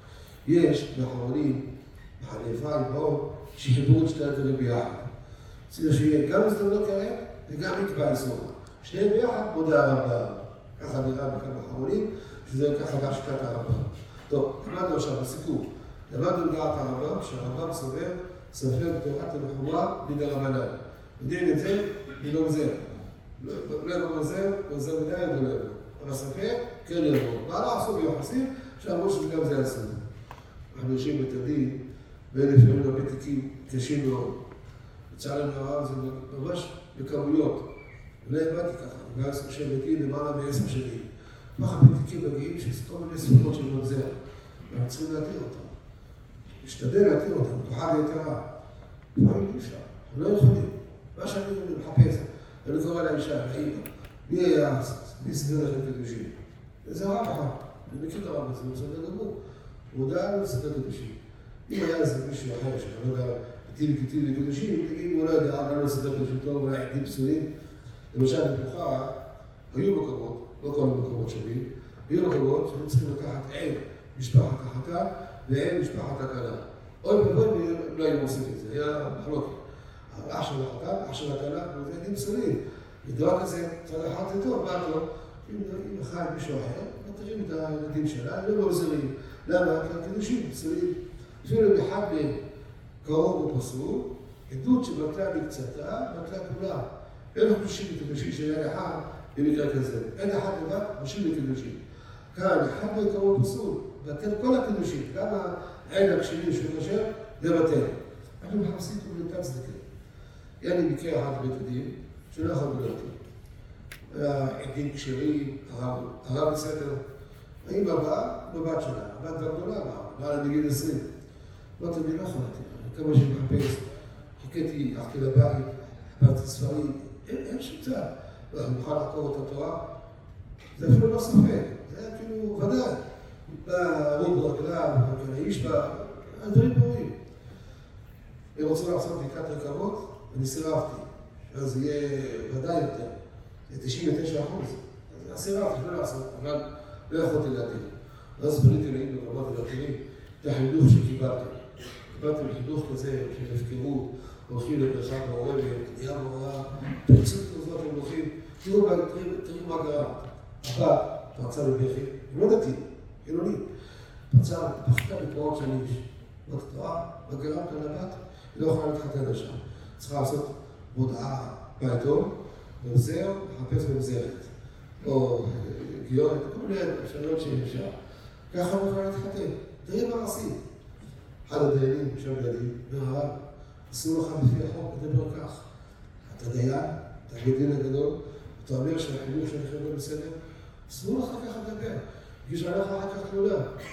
יש באחרונים, בחליפה עם האור, שחיברו את שתי הדברים ביחד. צריך שיהיה גם הסדות לא קרב וגם איקבע איסורה. שניהם ביחד מודה הרמב"ם. ככה נראה בכמה אחרונים, שזה ככה גם שיטת הרמב"ם. טוב, למדנו עכשיו בסיכום. למדנו לדעת הרמב"ם, שהרמב"ם סובר ספר בתורת המחמרה מדרבנן. יודעים את זה, לא גוזר. לא יבוא גוזר, גוזר מדי לא יבוא. אבל ספר, כן יבוא. מה לא עשו ביוחסים, שאמרו שזה גם זה עשו. אנחנו יושבים בית הדין, ולפעמים הרבה תיקים קשים מאוד. לצערנו הרב זה ממש בכמויות. לא הבנתי ככה, אני גייס חושב בית דין למעלה מעשר שנים. מה הרבה תיקים מגיעים שסתום מיני ספרות של גוזר. ואנחנו צריכים להתיר אותם. משתדל להתיר אותם, תוכל ליתרה. דברים אי אפשר, אנחנו לא יכולים. מה שאני מחפש, אני קורא לאישה, לאמא, מי היה מי סדר לכם קדושים? זה רב אחד, אני מכיר את הרב הזה, הוא סדר גמור. הוא יודע על סדר קדושים. אם היה איזה מישהו אחר שאני לא יודע, עתיד כתיב לקדושים, אם הוא לא יודע, אבל לא סדר קדושים טוב, אולי עתיד פסולים, למשל בפוחה, היו מקומות, לא כל המקומות שווים, היו מקומות שהיו צריכים לקחת עד משפחת החתן ועד משפחת הכלה. אוי ובוי לא היו עושים את זה, היה מחלוקת. אח של החתן, אח של הכלה, זה עדים פסולים. ודבר כזה, צד אחד זה טוב, בא טוב, אם אחד מישהו אחר, מתרים את הילדים שלה, לא מעוזרים. למה? כי הקידושים פסולים. אפילו באחד מהם קרוב ופסול, עדות שבטלה מקצתה, בטלה כולה. אין חודשים בקידושים שהיה אחד במקרה כזה. אין אחד לבד, חודשים בקידושים. כאן, אחד מהם קרוב ופסול, בטל כל הקידושים. גם העד הקשיבים שהוא קשר, זה בטל. אנחנו מחפשים כל מיני צדקה. היה לי מקרה אחד בבית הדין, שלא יכול לדעת לי. עדים כשרים, הרב בסדר. האמא באה, בבת שלה, הבת והגדולה באה, באה לגיל עשרים. אמרתי, אני לא יכולתי, כמה שאני מחפש, חיכיתי, הלכתי לבית, עברתי ספרים, אין שיטה. אני מוכן לעקור את התורה, זה אפילו לא ספק, זה היה כאילו ודאי. בא רות ברגליו, האיש בא, הדברים ברורים. הם רוצים לעשות בדיקת רכבות, ואני סירבתי, אז זה יהיה ודאי יותר, זה תשעים ותשעה אחוז. אז סירבתי, לא לעשות, אבל לא יכולתי להתאים. ואז פניתי לאמא ואמרתי לה, תראי, את החינוך שקיבלתי. קיבלתי חינוך כזה של הפקרות, הולכים לבריכה מעורבת, נהיה מעורב, פרצות כזאת הם הולכים, תראו מה גרם. הבת פרצה בבכי, היא לא דתית, חילונית. פרצה, פחתה בפרעות של איש. אמרתי, תראה, מה גרמת לבת? היא לא יכולה להתחתן לשם. צריכה לעשות מודעה בעיתון, ממזר, לחפש במזרת. או גיורת, כל מיני שאלות שאפשר. ככה לא יכולה להתחתן. תראי מה עשית. אחד הדיינים, שם דיינים, אומר הרב, אסור לך לפי החוק לדבר כך. אתה דיין, אתה בדין הגדול, אתה אומר שהחינוך של החבר'ה בסדר, אסור לך ככה לדבר. כי שהלך אחר כך תלונה.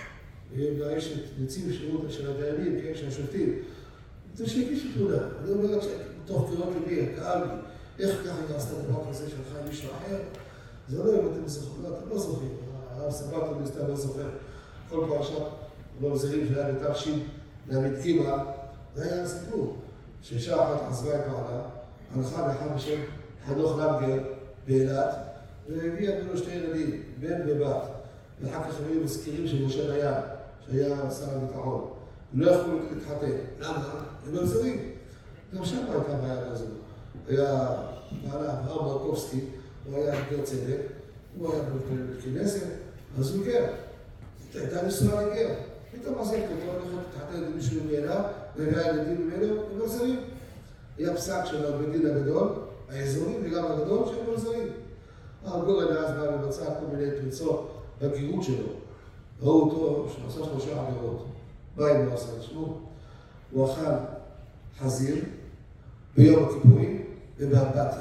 ויש את נציב שירות של הדיינים, כן, של השופטים. זה שהגיש תלונה. אני אומר תוך קריאות ליבי, כאב לי, איך ככה היא עשתה דבר כזה שלך עם מישהו אחר? זה לא אם אתם זוכרים, אתם לא זוכרים. הרב סבתו מסתם לא זוכר. כל פרשת במזרים שהיה בתש"י להמתקימה, זה היה הסיפור. שאישה אחת עזבה את בעלה, הלכה לאחד בשם חנוך למגר באילת, והביאה ממנו שתי ילדים, בן ובת. ואחר כך היו מזכירים של משה דיין, שהיה שר הביטחון. הם לא יכולו להתחתן. למה? הם לא זרים. גם שם הייתה בעיה כזו. היה בעלה אברהם מרקובסקי, הוא היה גר צדק, הוא היה בכנסת, אז הוא גר. הייתה נשואה לגר. פתאום עזבת אותו, הולכת להתחתן עם מישהו מאליו, והביאה ילדים ממנו, הם לא זרים. היה פסק של הבית הגדול, האזורים וגם הגדול, שהם לא זרים. הגורן אז בא לבצע כל מיני פרצות בגירות שלו. ראו אותו שעשה שלושה עבירות. מה אם לא עשה את שמו? הוא אכל חזיר ביום הכיפורים ובאמבטיה.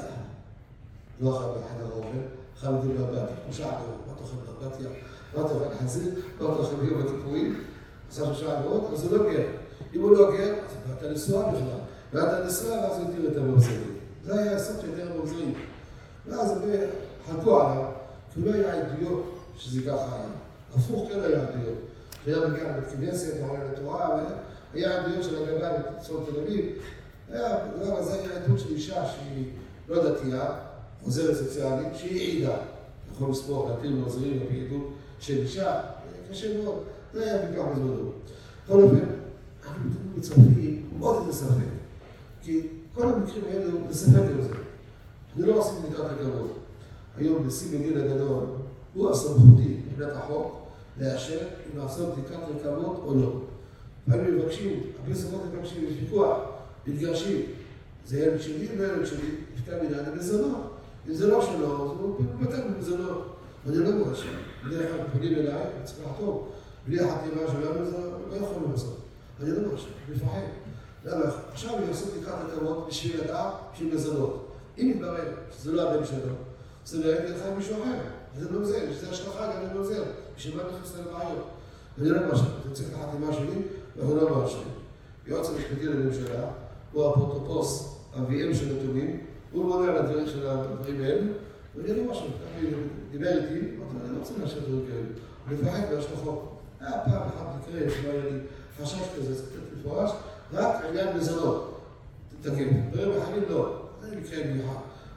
לא אכל באחד האוכל, אכל את זה באמבטיה. שלושה עבירות. מה תאכל באמבטיה? מה תאכל חזיר? מה תאכל ביום הכיפורים? עשה שלושה עבירות, אז הוא לא גר. אם הוא לא גר, אז אתה נשואה בכלל. ואתה נשואה, ואז הוא התיר את הממזרים. זה היה הסוף שיותר הממזרים. ואז הם חלקו עליו, כי הוא לא היה עדויות שזה ככה היה. הפוך כן היה עדויות. היה מגיע לבית כנסת, הוא עולה לתורה, והיה עדויות של הגבה בצפון תל אביב. היה, דבר הזה היה עדות של אישה שהיא לא דתייה, עוזרת סוציאלית, שהיא עידה. יכול לספור, להתיר מעוזרים לפי עדות של אישה, קשה מאוד. זה היה בגלל בזמנו. בכל אופן, אנחנו מצרפים עוד איזה ספק. כי כל המקרים האלה זה ספק על זה. אני לא עושים לקראת הכבוד. היום נשיא בדין הגדול הוא הסמכותי מבחינת החוק לאשר אם לעשות בדיקת רכבות או לא. היינו מבקשים, הרבה סמכות מבקשים, יש ויכוח, מתגרשים. זה ילד שלי וילד שלי, נפקע מילה למזונות. אם זה לא שלו, אז הוא מתבטא במזונות. ואני לא מרשה. בדרך כלל פונים אליי, צריך לחתום. בלי החתימה שלנו זה לא יכולנו לעשות. אני לא מרשה, אני מפחד. למה? עכשיו אני עושה בדיקת רכבות בשביל לדעת, בשביל מזונות. אם יתברר שזה לא הבן שלו, זה לא יגיד לך מישהו אחר. זה לא מזל, שזה השלכה גם לא מזל. בשביל מה נכנס לבעיות? אני לא מרשה, זה צריך לחתימה שלי, ואנחנו לא מרשה. יועץ המשפטי לממשלה, הוא האפוטרופוס, אביהם של נתונים, הוא מונה על הדברים של הדברים האלה, ואני לא מרשה. הוא דיבר איתי, אמרתי, אני לא רוצה לאשר דברים כאלה. אני מפחד בהשלכות. היה פעם אחת מקרה, שלא היה לי חשש כזה, זה קצת מפורש, רק עניין מזונות. תתקן. דברים אחרים לא. זה מקרה מיוחד.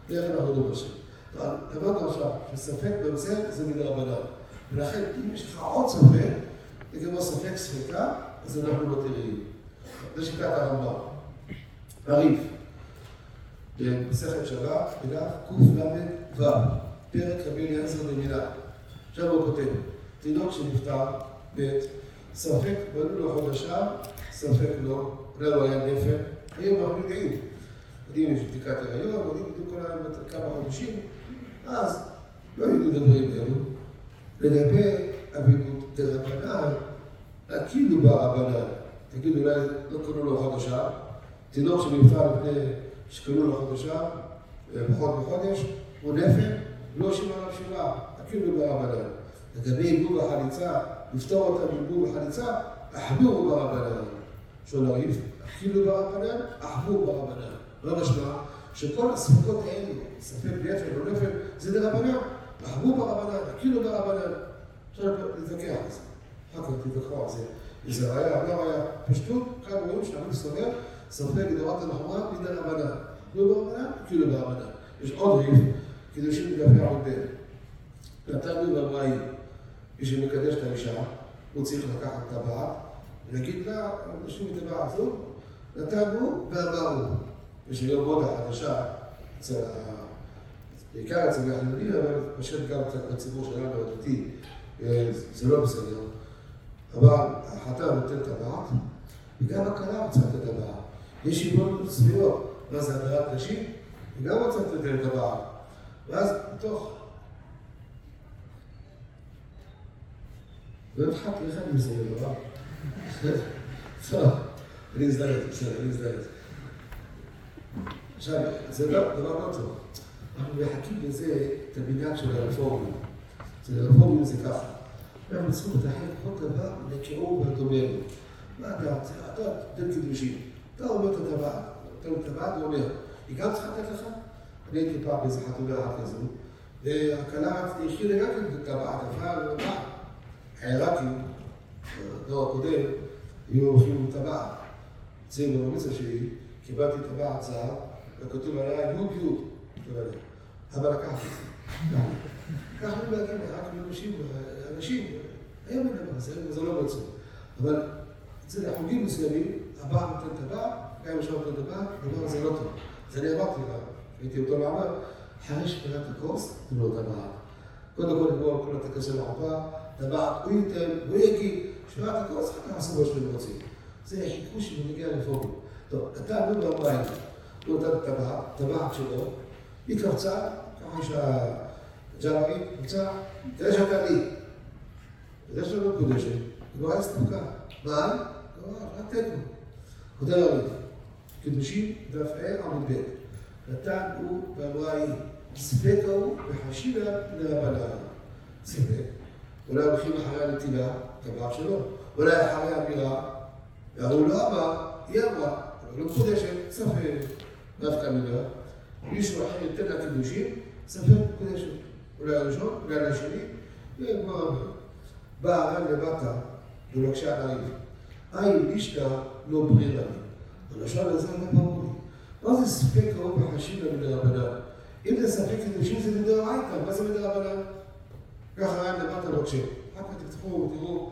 ואיך אנחנו יודעים בשם. אמרנו עכשיו, שספק בזה זה מדרבנן. ולכן, אם יש לך עוד ספק, זה כמו ספק ספקה, אז אנחנו לא תראים. זה שיטת הרמב"ם. הריף. במסכת שבת, בדף קל"ו, פרק רבי אליעזר במילה. עכשיו הוא כותב, תינוק שנפטר, ב' ספק בנו לו חודשיו, ספק לא, אולי לא היה נפל, היום אנחנו יודעים. יודעים יש בדיקת הריון, יודעים בדיוק כל היום כמה חודשים, אז לא יודעים את הדברים האלו. לגבי אבינות דרבנן, כאילו ברבנן, תגידו אולי לא קנו לו חודשיו, תינוק שנפטר לפני שקנו לו חודשיו, פחות מחודש, הוא נפל, לא שימה עליו שימה, כאילו ברבנן. לגבי עיבוב החליצה, לפתור אותם עיבוב החליצה, אחדו ברבנן. שואל הריף, כאילו ברבנן, אחדו ברבנן. לא משמע שכל הספקות האלו, ספק נפל או נפל, זה דרבנן, אחדו ברבנן, כאילו ברבנן. אפשר להתווכח על זה. אחר כך תתווכחו על זה. איזה ראיה, לא ראיה, פשטות, כאן רואים שהרב סובר, ספק דורת הנחמה מדרבנן. לא ברבנן, כאילו ברבנן. יש עוד ריף, קידושים לגבי העובד. נתנו בבראי, מי שמקדש את האישה, הוא צריך לקחת את הבעת, ולהגיד לה, נשאיר את הבעת הזו, נתנו ואמרו. יש היום מודה חדשה, בעיקר אצל החילונים, אבל פשוט גם קצת בציבור שלנו הדתי, זה לא בסדר. אבל החתן נותן את הבעת, וגם הכלה רוצה לתת את הבעת. יש שיבון סבירות, מה זה הדרת נשים, וגם רוצה לתת את הבעת. ואז בתוך לא התחלתי לך עם זה, לא? טוב, אני אזדלת, בסדר, אני אזדלת. עכשיו, זה דבר לא טוב. אנחנו מחכים לזה את המנהג של הרפורמים. אצל הרפורמים זה ככה. אנחנו צריכים לתחל כל דבר לקירוב ולדומנו. מה אתה רוצה? אתה תן קידושים. אתה אומר את הדבר, אתה אומר את הדבר, אתה אומר, היא גם צריכה לתת לך? אני הייתי פעם באיזה חתונה אחת כזו, והכלה התחילה גם את הדבר, הדבר, הדבר. העיראקים, בדור הקודם, היו הולכים לטבעת. אצלי במצע שלי, קיבלתי טבעת זהב, וכתוב עליה יוד יוד. אבל לקחתי את זה. ככה לא להגיד, רק לאנשים, אנשים, היום אין דבר, זה לא מצוא. אבל אצל החוגים מסוימים, הבא נותן טבעת, גם אפשר נותן טבעת, הדבר הזה לא טוב. אז אני אמרתי לה, הייתי אותו מעמד, אחרי שפלט הכוס, תנו לו טבעת. קודם כל נגמור כל התקה של החופה, טבעת, הוא ייתן, הוא יגיד, שפלט הכוס, אחר כך עשו מה שאתם רוצים. זה חיכו שמנהיגי הרפורמים. טוב, אתה לא בבית, הוא נותן טבעת, טבעת שלו, היא קרצה, ככה שהג'לרית קרצה, תראה שאתה לי. וזה שלא קודשת, היא לא היה סתמקה. מה? לא, רק תקו. כותב הריף, קידושים דף A עמוד ב'. נתן הוא ואמרה היא, ספק הוא וחשיבה לרבנן. ספק. אולי הולכים אחרי הנטילה, טבעת שלו. אולי אחרי האמירה, והוא לא אמר, היא אמרה, אבל לא קודשת, ספק. דווקא מילה. מישהו אחר ייתן לה קידושים, ספק קודשת. אולי הראשון, אולי השני, וכבר אמר. באה הרב לבטה ולבקשה על הריף. אין לישתא לא ברירה לי. הלשון הזה לא ברור לי. מה זה ספק הוא וחשיבה מדרבנן? אם זה ספק קידושים זה מדרבנן, מה זה מדרבנן? ככה הרב לבטה לבקשה. אחר כך תפתחו ותראו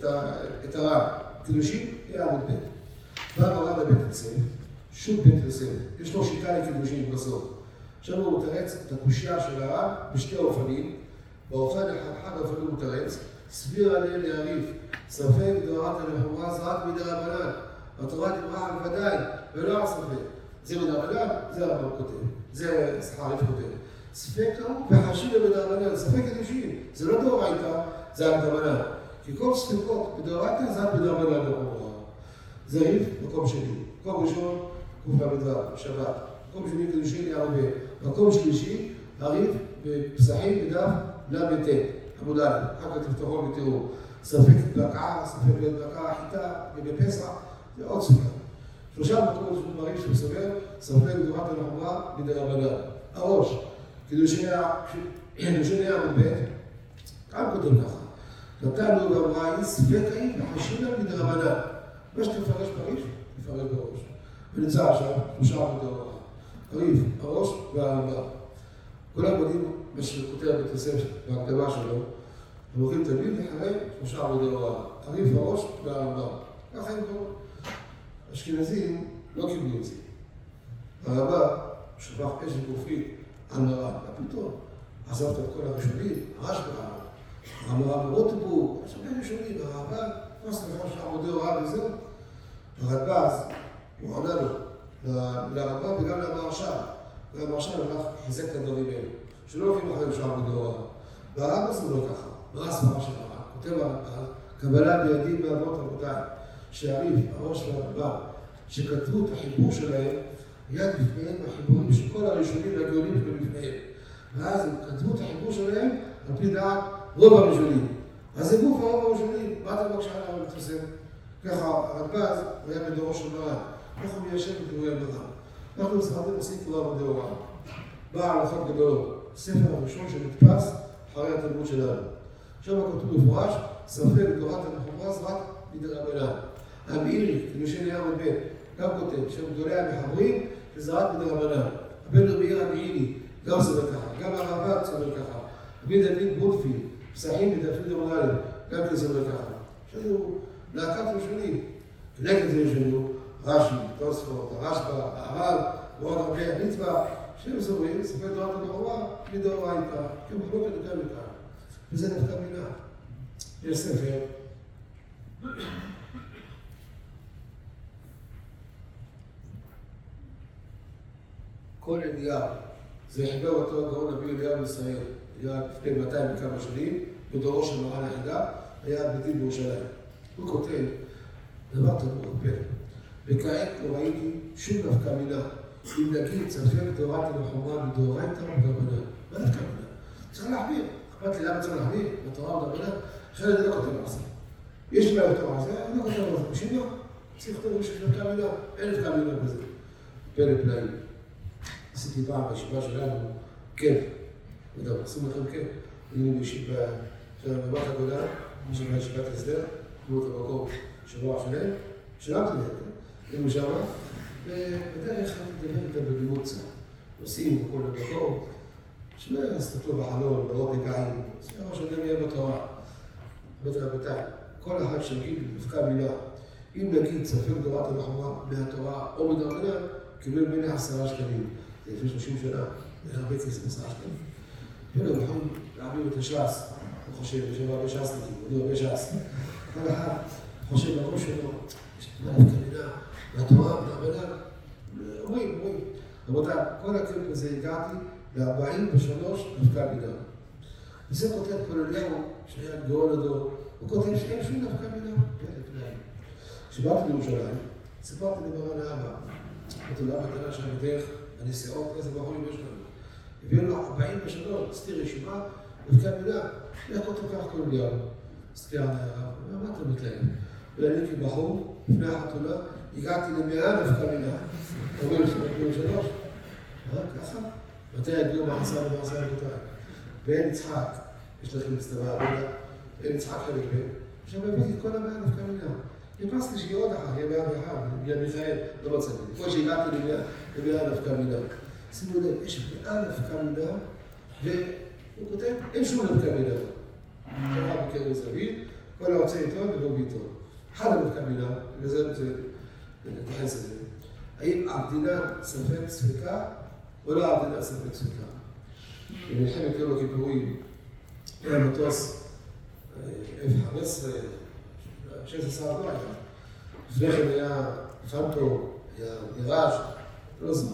את הרב. קידושים יהיה עמוד ב'. בא הרב לבית יוסף, שוב בית יוסף, יש לו שיטה לקידושים בסוף. עכשיו הוא מתרץ את הקושייה של הרב בשתי אופנים. באופן אחד האופנים הוא מתרץ, סביר עליהם להריף, ספק דורת הנחומה זה רק מדרבנן. התורה דיברה על ודאי, ולא על ספק. זה מדרבנן, זה הרב כותב. זה סחריף כותב. ספק הוא וחשיבה מדרבנן, ספק קידושים. זה לא דאורייתא, זה מדרבנן. כי כל ספקות בדאורייתא זה רק מדרבנן לחומרה. זה ריף, מקום שני. מקום ראשון, קוף במדבר, שבת. מקום שני קידושים יהיה הרבה. מקום שלישי, הריף בפסחים בדף למ"ט. עמוד א', אחר כך תפתחו ותראו. ספק בקעה, ספק בקעה, חיטה, ובפסח, זה עוד ספק. שלושה מקומות של דברים שהוא סובר, ספק דורת הנחומה מדרבנן. הראש, קידושי עמוד ב', גם כותב ככה. נתנו ואמרה, ספק האם וחשיבה מדרבנן. מה שתפרש בריף, תפרש בראש. ונמצא עכשיו, שלושה עמוד הראש. הריף, הראש והארבע. כולם יודעים מה שכותב בית הספר בהקדמה שלו, הם הולכים תמיד לחרי שלושה עמודי הוראה. הריף הראש והרמב"ם. ככה הם קוראים. אשכנזים לא קיבלו את זה. הרמב"ם שפך אש גופרית על מרן. פתאום עזבת את כל הראשונים, הרשב"א, הרמב"ם ברוטנבורג, יש הרבה ראשונים, הרמב"ם, נכנס לך עמודי הוראה וזהו. הרדב"ז, הוא עונה לו, לרמב"ם וגם למהרש"ל. והמהרש"ל הלך לחזק את הדברים האלה. שלא הולכים אחרי שלושה עמודי הוראה. והרמב"ם זה לא ככה. מה הסברה של הרמב"ם? כותב הרמב"ם, קבלה בידים מאבות רבותיי, שהריף, הראש והרמב"ם, שכתבו את החיבור שלהם, יד לפניהם החיבורים של כל הראשונים והגאונים שלו לפניהם. ואז הם כתבו את החיבור שלהם על פי דעת רוב הראשונים. אז זה גוף הרוב הראשונים, מה אתה בבקשה עליו לתוסם? ככה, הרדב"ז היה בדורו של מרן, ככה הוא מיישב את דברי מרן. אנחנו בספרדים עושים כולם עמודי הוראה. בא הלכות גדולות, ספר הראשון שנתפס אחרי התלמוד שלנו. שם כתוב מפורש, ספר תורת המחומרז רק מדרבנן. המאירי, כנושא נייר מבית, גם כותב, שם גדולי המחברים, שזה רק מדרבנן. הבן רביעי המאירי, גם סובר ככה, גם הרמב"ם סובר ככה. רבי דוד בונפי, פסחים בדפים דמונלם, גם כן סובר ככה. יש לנו להקת ראשונים. כנגד זה יש לנו רש"י, תוספות, הרשב"א, הר"ל, ועוד הרבה המצווה, שהם סוברים, ספר תורת המחומרז, מדאורייתא, כמחלוקת יותר מכאן. וזה נפקא מינה. יש ספר. כל אליהו, זה חיבר אותו הגאון רבי אליהו בישראל, היה לפני מאתיים וכמה שנים, בדורו של מרן היחידה, היה בדין בירושלים. הוא כותב, דבר תלמוד הרבה, וכעת לא ראיתי שום נפקא מינה, אם נגיד ספר תורת המחומרז מדאורייתא ומדרבנן. מה נפקא מינה? צריך להחמיר. אכפת לי למה צריך להחמיר? בתורה ומדרבנן? אחרת אני לא כותב על זה. יש לי בעיה בתורה, זה אני לא כותב על זה. בשביל מה? צריך לכתוב שיש נפקא מינה, אין נפקא מינה בזה. פלא פלאים. עשיתי פעם בישיבה שלנו, כן. ודאו, עשינו לכם כן. היינו בישיבה של רמת הגולן, ישיבה ישיבת הסדר, תנו את המקום שבוע שלם, שלמתי להם, היינו שם, ובדרך כלל מדבר איתם בלימוד קצת. נוסעים בכל המקום, שלא יסתכלו בחלון, לראות נגעים, זה מה שאתם יהיה בתורה. רבותיי, כל אחד שיגיד נפקא מינה, אם נגיד ספר תורת המחומרז מהתורה או מדרבנן, קיבל ממני עשרה שקלים. זה לפני שלושים שנה, זה הרבה כסף עשרה שקלים. ולא, יכולים להעביר את הש"ס, הוא חושב, יש הרבה ש"סניקים, הוא הרבה ש"ס. כל אחד חושב בראש שלו, יש נפקא מינה, מהתורה, מדרבנן, אומרים, אומרים. רבותיי, כל הקלפ הזה הגעתי ל-ארבעים ושלוש נפקא מינה. וזה כותב כל אליהו, שהיה גאון הדור, הוא כותב שאין שום נפקא מינה. פלא פלאים. כשבאתי לירושלים, סיפרתי למרן האבא. אמרתי לו, אבא תראה שם בדרך הנסיעות, איזה בחורים יש לנו. הביאו לו ארבעים ושלוש, סתיר ישיבה, נפקא מינה. איך כותב כך כל אליהו? סתיר הרב, מה אתה מתלהב? ואני כבחור, לפני החתונה, הגעתי למאה נפקא מינה. ארבעים ושלוש. ככה? מתי יגיעו מעשה ומעשה רבותיי? ואין יצחק, יש לכם מצטווה עבודה, אין יצחק חלק בן. עכשיו הבאתי את כל המאה נפקא מינה. חיפשתי שיהיה עוד אחת, יהיה מאה ואחת, יהיה מיכאל, לא מצאתי. פה שהגעתי למאה נפקא מינה. שימו לב, יש מאה נפקא מינה, והוא כותב, אין שום נפקא מינה. חברה בקרב זווית, כל הרוצה עיתון ולא בעיתון. אחד הנפקא מינה, וזה נתייחס לזה. האם המדינה ספק ספקה, או לא המדינה ספק ספקה? במלחמת יום הכיפורים, היה מטוס אף חמש עשרה, שש עשרה לא היה. לפני כן היה פנטו, היה מיראז', לא זמן.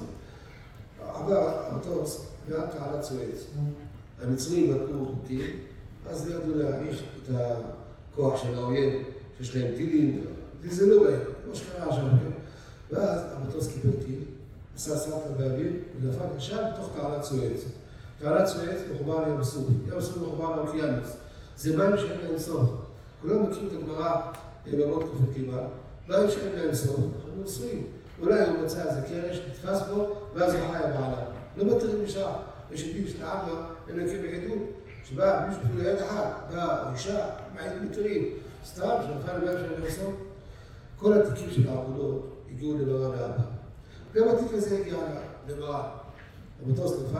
עבר המטוס מעל תעלת סואץ. המצרים נתנו חוקים, אז ידעו להעריך את הכוח של האויב, שיש להם טילים, זלזלו בהם, כמו שקרה שם. ואז המטוס קיבל טיל, עשה סרטה באוויר, ונפל ישר בתוך תעלת סואץ. תעלת סואץ מחובר לים סוף, ים סוף מחובר לאוקיינוס. זה מים שאין להם סוף. כולם מכירים את הגמרא במות כפות קיבה, מים שאין להם סוף, אנחנו עשרים. אולי הוא מצא איזה קרש, נתפס בו, ואז הוא חי בעלה. לא מטרים משעה. יש עדים של העמה, אין להם כבגדות. שבא מישהו אפילו ליד אחד, בא או אישה, מעט מטרים, סתם, שנפל למים שאין להם סוף. כל התיקים של העבודות הגיעו למרן האבא. גם התיק הזה הגיע למרן. המטוס נפל,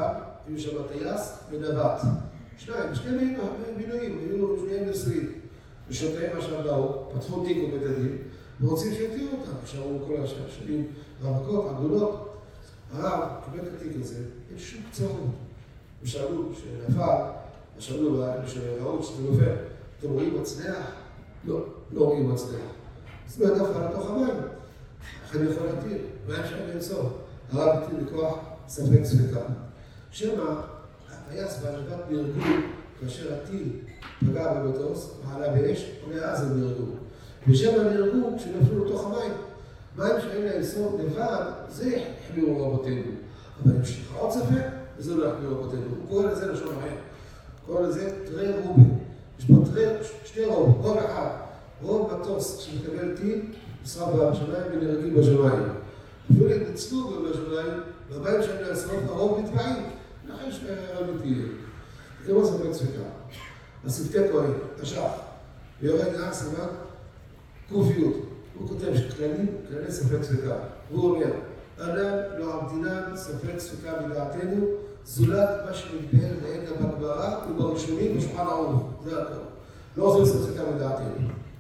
היו שם טייס ונווט. שניים, שני מינויים, היו שניהם נשואים. ושותיהם עכשיו באו, פתחו תיק בבית הדין, ורוצים שיתירו אותם. שרו כל השנים רווקות, עגולות. הרב קיבל את התיק הזה, אין שום קצרות. ושאלו שנפל, ושאלו שראו שזה נופל. אתם רואים מצנח? לא, לא רואים מצנח. אז מה דווקא לתוך המים? איך אני יכול להתיר? מה אפשר לאסור? הרב התיר בכוח ספק ספקה. שמא, הטייס והנווט נהרגו כאשר הטיל פגע במטוס, מעלה באש, ומאז הם נהרגו. ושמא נהרגו כשנפלו לתוך המים. מים שאין לאסור לבד, זה החמירו רבותינו. אבל אם שליחה עוד ספק, וזה לא החמירו רבותינו. הוא קורא לזה לשון אחר. הוא קורא לזה תרי רובי. יש פה תרי, שתי רוב, רוב אחד. רוב מטוס שמקבל טיל, נשרף בשמיים ונהרגים בשמיים. אפילו הם נצלו בשמיים, בבית שהם לעשות, הרוב נטבעים. לכן שהרב תהיה. זה לא ספק ספקה. השפתי כהן, השח, ויורד נהג סמך קופיות. הוא כותב שכללים, כללי ספק ספקה. והוא אומר, אדם לא עמדינן ספק ספקה מדעתנו, זולת מה שמתפעל לעד בגמרא ובראשונים בשולחן ערוך. זה הכל. לא עושה ספק ספקה מדעתנו.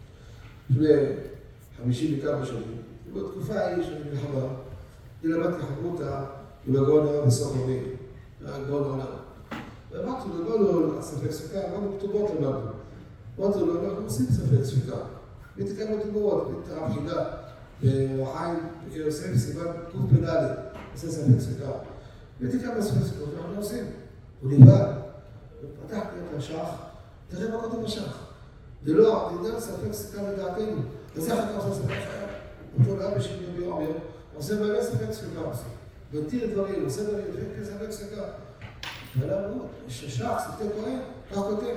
לפני חמישים וכמה שנים, ובתקופה ההיא של מלחמה, אני למדתי חברותא עם הגאון הרב בסוף רבי, הגאון העולם. ואמרתי לו, לא, לא, לא, ספק ספקה, אמרנו כתובות למדנו. אמרתי לו, אנחנו עושים ספק ספקה. הייתי כמה כתובות, הייתי הרב חידה, בחיים, בקר יוסף, סימן קוף פדלי, עושה ספק ספקה. הייתי כמה ספק ספקה, אנחנו עושים. הוא נבד, ופתחתי את השח, תראה מה כתוב בשח. ולא, אני יודע ספק ספקה לדעתנו. אז איך אתה עושה ספק ספקה? אותו לאבא שלי יומי אומר, עושה מלא ספק ספקה עושה. ותיר דברים, עושה דברים, ספק ספקה. ולמה לא? יש שח, ספקי כהן, כך כותב.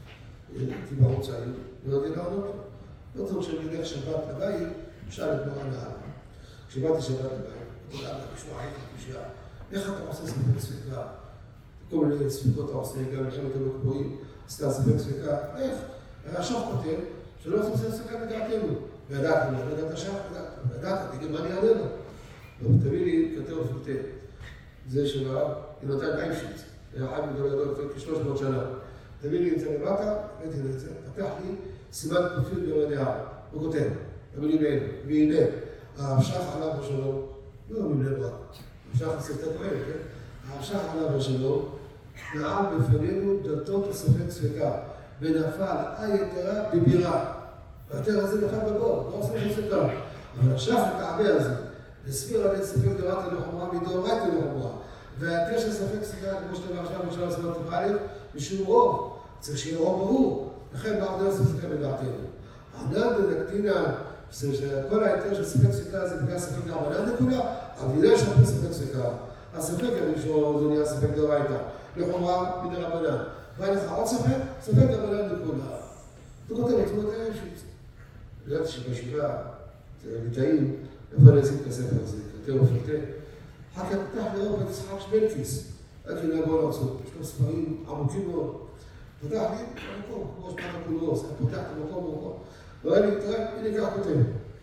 הייתי בערוץ העיר, ולא יודע לענות לו. לא טוב שאני אלך שבת לבית, שאל את מורה נעל. כשבאתי שבת לבית, אתה יודע, כשוע הייתי כשעה, איך אתה עושה ספק ספקה? כל מיני ספקות אתה עושה, גם מלחמת הלא כפויים, עשתה ספק ספקה, איך? השח כותב שלא עושה ספק ספקה מדעתנו. וידעתי, לא ידעת השח, ידעת, תגיד מה אני אענה לו. תביא לי כתב ופרטה. זה של הרב, יונתן אייבשיץ, אחד מגדולי הדור לפני כשלוש מאות שנה. תביא לי את זה למטה, הבאתי לו את זה, פתח לי סימן כפיות בימי העם. הוא כותב, תביא לי בין, והנה, השח עליו בשלום, לא מבני ברק, השח הספקת כהן, כן? השח עליו בשלום, נעם בפנינו דלתות הספק ספקה, ונפל היתרה בבירה. והיתר הזה נפל בבור, לא עושה ספקה. אבל השח התעבה הזה, לסביר על ספק דורתא לחומרה מדאורייתא לחומרה. והיתר של ספק ספקה, כמו שאתם עכשיו בשלב הסברת א', משום רוב. צריך שיהיה רוב ברור. לכן לא עבודה ספק ספקה בדעתנו. ענן דנקטינה, שכל היתר של ספק ספקה זה בגלל ספק דרבנן נקודה, אבל יש הרבה ספק ספקה. הספק הראשון זה נהיה ספק דאורייתא לחומרה מדרבנן. ואין לך עוד ספק? ספק דרבנן נקודה. אתה כותב עצמות האישית. ידעתי שבשיבה, זה ליטאים, איפה להשיג את הספר הזה, כתב ופרטה. אחר כך פתח לאור בית יצחק שמלקיס, עד שנגעו לארצות, יש לו ספרים עמוקים מאוד. פתח לי, במקום, כמו שפעת הקולרוס, אני פותח את המקום במקום. ואומר לי, תראה, הנה כך כותב.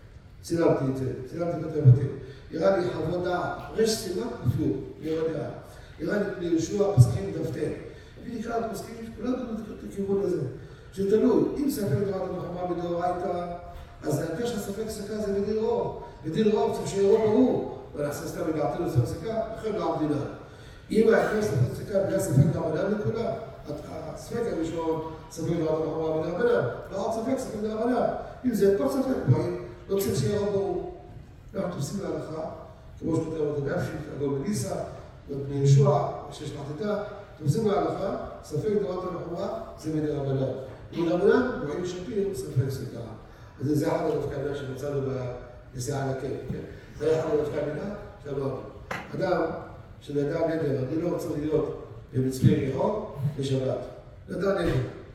צילמתי את זה, צילמתי כותב אותי. יראה לי חוות דעת, רש סימן כפיות, יראה דעת. יראה לי ליהושע פסחים דפתר. הביא לי כלל פסחים, כולם את הכיוון הזה. שתלוי, אם ספק דורתא לחומרה מדאורייתא, אז ההיתר של ספק ספקה זה בדין רוב. בדין רוב צריך שיהיה רוב ברור. ונעשה סתם מדעתנו ספק ספקה, לכן לא המדינה. אם ההיתר ספק ספקה בגלל ספק דרבנן נקודה, הספק הראשון ספק דורתא לחומרה מדרבנן, ועוד ספק ספק דרבנן. אם זה כל ספק דברים, לא צריך שיהיה רוב ברור. אנחנו תופסים להלכה, כמו שכותב את הנפשית, הגאון מליסה, בני ישוע, שש מחתתה, תופסים להלכה, ספק דורתא לחומרה זה מדרבנן. מדרבנן, רואים שפיר, ספק ספקה. אז זה אחד הדווקא מינה שמצאנו בנסיעה לקל, כן? זה היה אחד הדווקא מינה, שלום. אדם שנדע נדר, אני לא רוצה להיות במצפה יריחו בשבת. נדע נדר.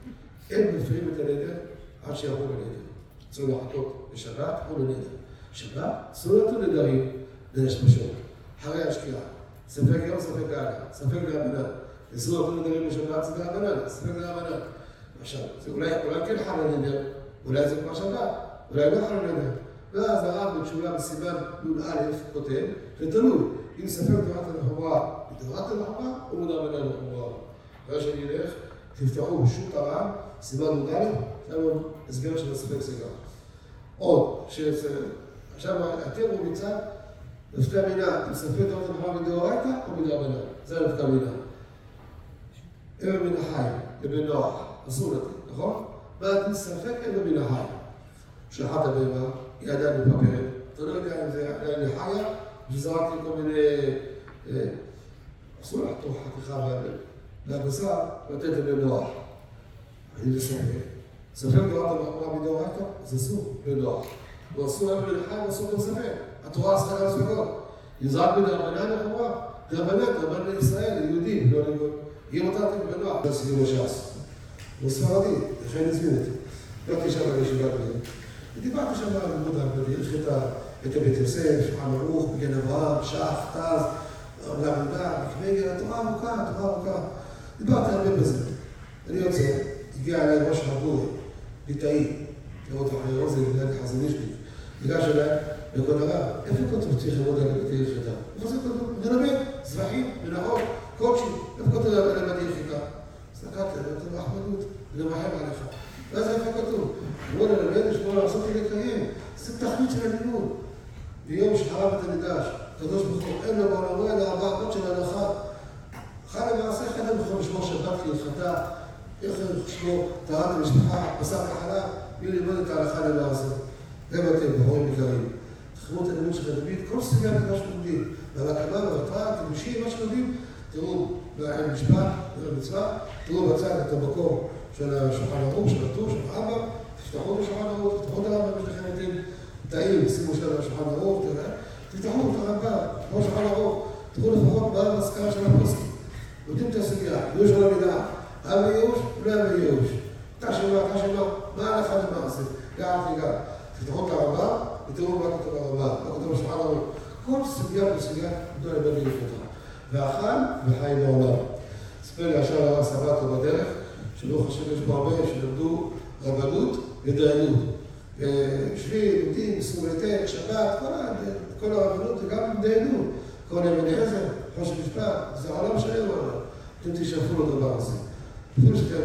אין מפרים את הנדר עד שיעברו בנדר. צריך לחכות בשבת או בנדר. שבת, סולת ונדרים לנשמשות. אחרי השקיעה. ספק יום, ספק גאלה. ספק דרבנן. סולת ונדרים בשבת, זה דרבנן. ספק דרבנן. עכשיו, זה אולי, אולי כן חל הנדר. אולי זה כמו שבת, אולי לא חל הנדר. ואז הרב בתשובה בסימן נ"א כותב, זה תלוי. אם ספק תורת הנחורה, בתורת הנחורה, או מדרבנן הנחורה. אחרי שאני אלך, תפתחו בשו"ת הר"ן, סימן י"א, זה לנו הסבר של הספק סגר. עוד, עכשיו התיאור מצד, נפקא מינה, אם ספק תורת הנחורה מדאורייתא או מדרבנן. זה נפקא מינה. אבן מן החי לבן נוח, אסור לתת, נכון? מה ספק אבן מן החי. שלחת הבהמה, היא עדיין מפגרת, אתה לא יודע אם זה עדיין לחיה, וזרקתי כל מיני... אסור לחתוך חתיכה מהבשר ולתת לבן נוח. אני זה ספק. ספק תורת הנחורה מדאורייתא, זה אסור בן נוח. הוא אסור אבן מן החי, הוא אסור גם ספק. התורה אסרה על ספקות. יזרק מדרבנן הנחורה, דרבנן, דרבנן לישראל, ליהודים, לא לגוי. יהיה אותה אתם בנוח. זה סיום הש"ס. הוא ספרדי, לכן הזמין אותי. באתי שם לישיבת מי. ודיברתי שם על לימוד הרבני, יש את הבית יוסף, שולחן ערוך, מגן אברהם, שח, תז, למדה, מקווה, התורה עמוקה, התורה עמוקה. דיברתי הרבה בזה. אני יוצא, הגיע אליי ראש חבורי, ביטאי, לראות אחרי אוזן, בגלל חזנישניק. ניגש אליי, וכל הרב, איפה כתוב צריך ללמוד על ביטאי יחידה? איפה זה כתוב? נלמד, זבחים, מנהרות, קודשים, איפה כתוב ללמד יחידה? הסתכלתי, זה רחמנות, למחם עליך. ואז איפה כתוב? בוא נלמד, יש בוא לעשות ולקיים. זה תכלית של הלימוד. ביום שחרב את הנידש, קדוש ברוך הוא, אין לו בעולמו אלא ארבע עקות של הלכה. אחד למעשה, אחד הם יכולים לשמור שבת כהלכתה, איך שמו טהרת המשפחה, בשר וחלב, בלי ללמוד את ההלכה למעשה. גם אתם, בחורים יקרים. תחמו את הלימוד של דוד, כל סוגיה במה שלומדים. בהקמה, בבטרה, תלושים, מה שלומדים, תראו בעין משפט, תראו מצווה, תראו בצד את המקום של השולחן ערוך, של הטור, של אבא, תפתחו את השולחן ערוך, תפתחו את הרמב"ם, יש לכם אתם תאים, שימו של השולחן ערוך, תפתחו את הרמב"ם, כמו השולחן ערוך, תראו לפחות בהשכרה של הפוסקים. נותנים את הסוגיה, ייאוש על המידע, אב ייאוש, לא אב ייאוש. אתה שמה, אתה שמה, מה הלכה למעשה? געת לגעת. תפתחו את הרמב"ם, ותראו מה כתוב הרמב"ם, מה כתוב השולחן ערוך. כל סוגיה וסוגיה, נדון לבן ולפתחה. ואכל וחי לעולם. ספר לי עכשיו הרב סבתו בדרך, שלא חושב יש פה הרבה שלמדו רבנות ודיינות. ושבי, לומדים, סומלתך, שבת, כל הרבנות וגם דיינות. כל ימי עזר, חושך משפט, זה עולם שלם עולם. אתם תשאפו לדבר הזה. אפילו שאתם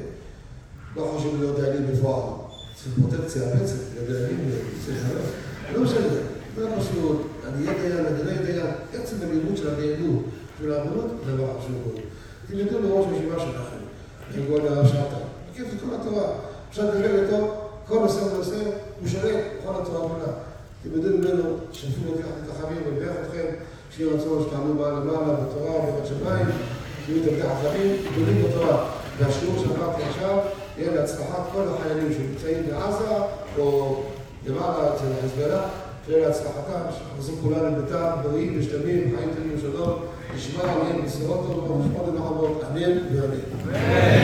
לא חושבים להיות דיינים בפועל. צריך פרוטקציה, בעצם, לדיינים, לא משנה. זה פשוט, אני אהיה דיין, אני לא אהיה דיין, עצם בלימוד של הדיינות, של הרבנות, זה דבר חשוב. תלמדו לראש בישיבה שלכם, לגמול לרב שעתה. בכיף את כל התורה. אפשר לדבר איתו, כל נושא ונושא, הוא שלט בכל התורה כולה. תלמדו ממנו, שתפו לקחת את החמים ולבח אתכם, שיהיה רצון שתעלו מעלה למעלה בתורה ובבת שמיים, שיהיו תלמידי חכמים, גדולים בתורה. והשיעור שאמרתי עכשיו יהיה להצלחת כל החיילים שנמצאים בעזה או למעלה אצל החיזבאללה, שיהיה להצלחתם, שחזרו כולם לביתם, בריאים, משתלמים, חיים טובים ושלום, נשמע עליהם בשורות טובות ומשפחות נחמות, אמן ואמן.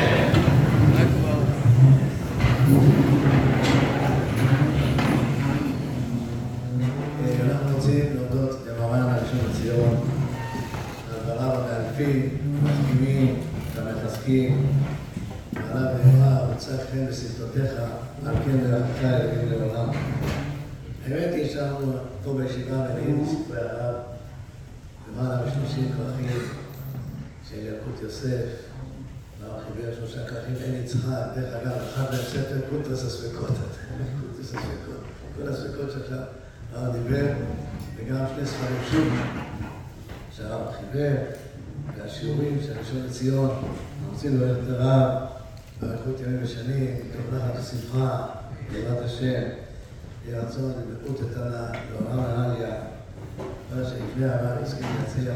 אנחנו רוצים להודות למרן הראשון לציון, על דבריו המאלפים, המחכימים, המחזקים, עליו נאמר, מצא חן בשפתותיך, על כן דרכך אלוהים לעולם. האמת היא שאנחנו פה בישיבה מלאים בספרי הרב, למעלה משלושים כרכים של ילקוט יוסף, והרב חיבר שלושה כרכים, אין יצחק, דרך אגב, אחד מהם ספר קונטרס הספקות, קונטרס הספקות, כל הספקות שעכשיו הרב דיבר, וגם שני ספרים שוב שהרב חיבר, והשיעורים של ראשון לציון, אנחנו רוצים לברך את הרב, באריכות ימים ושנים, מתוך נחת ושמחה, בעזרת השם, יהיה רצון לברכות איתנה לעולם העליה, אבל שלפני הרב יזכה להצליח.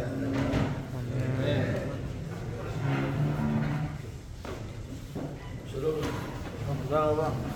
שלום. תודה רבה.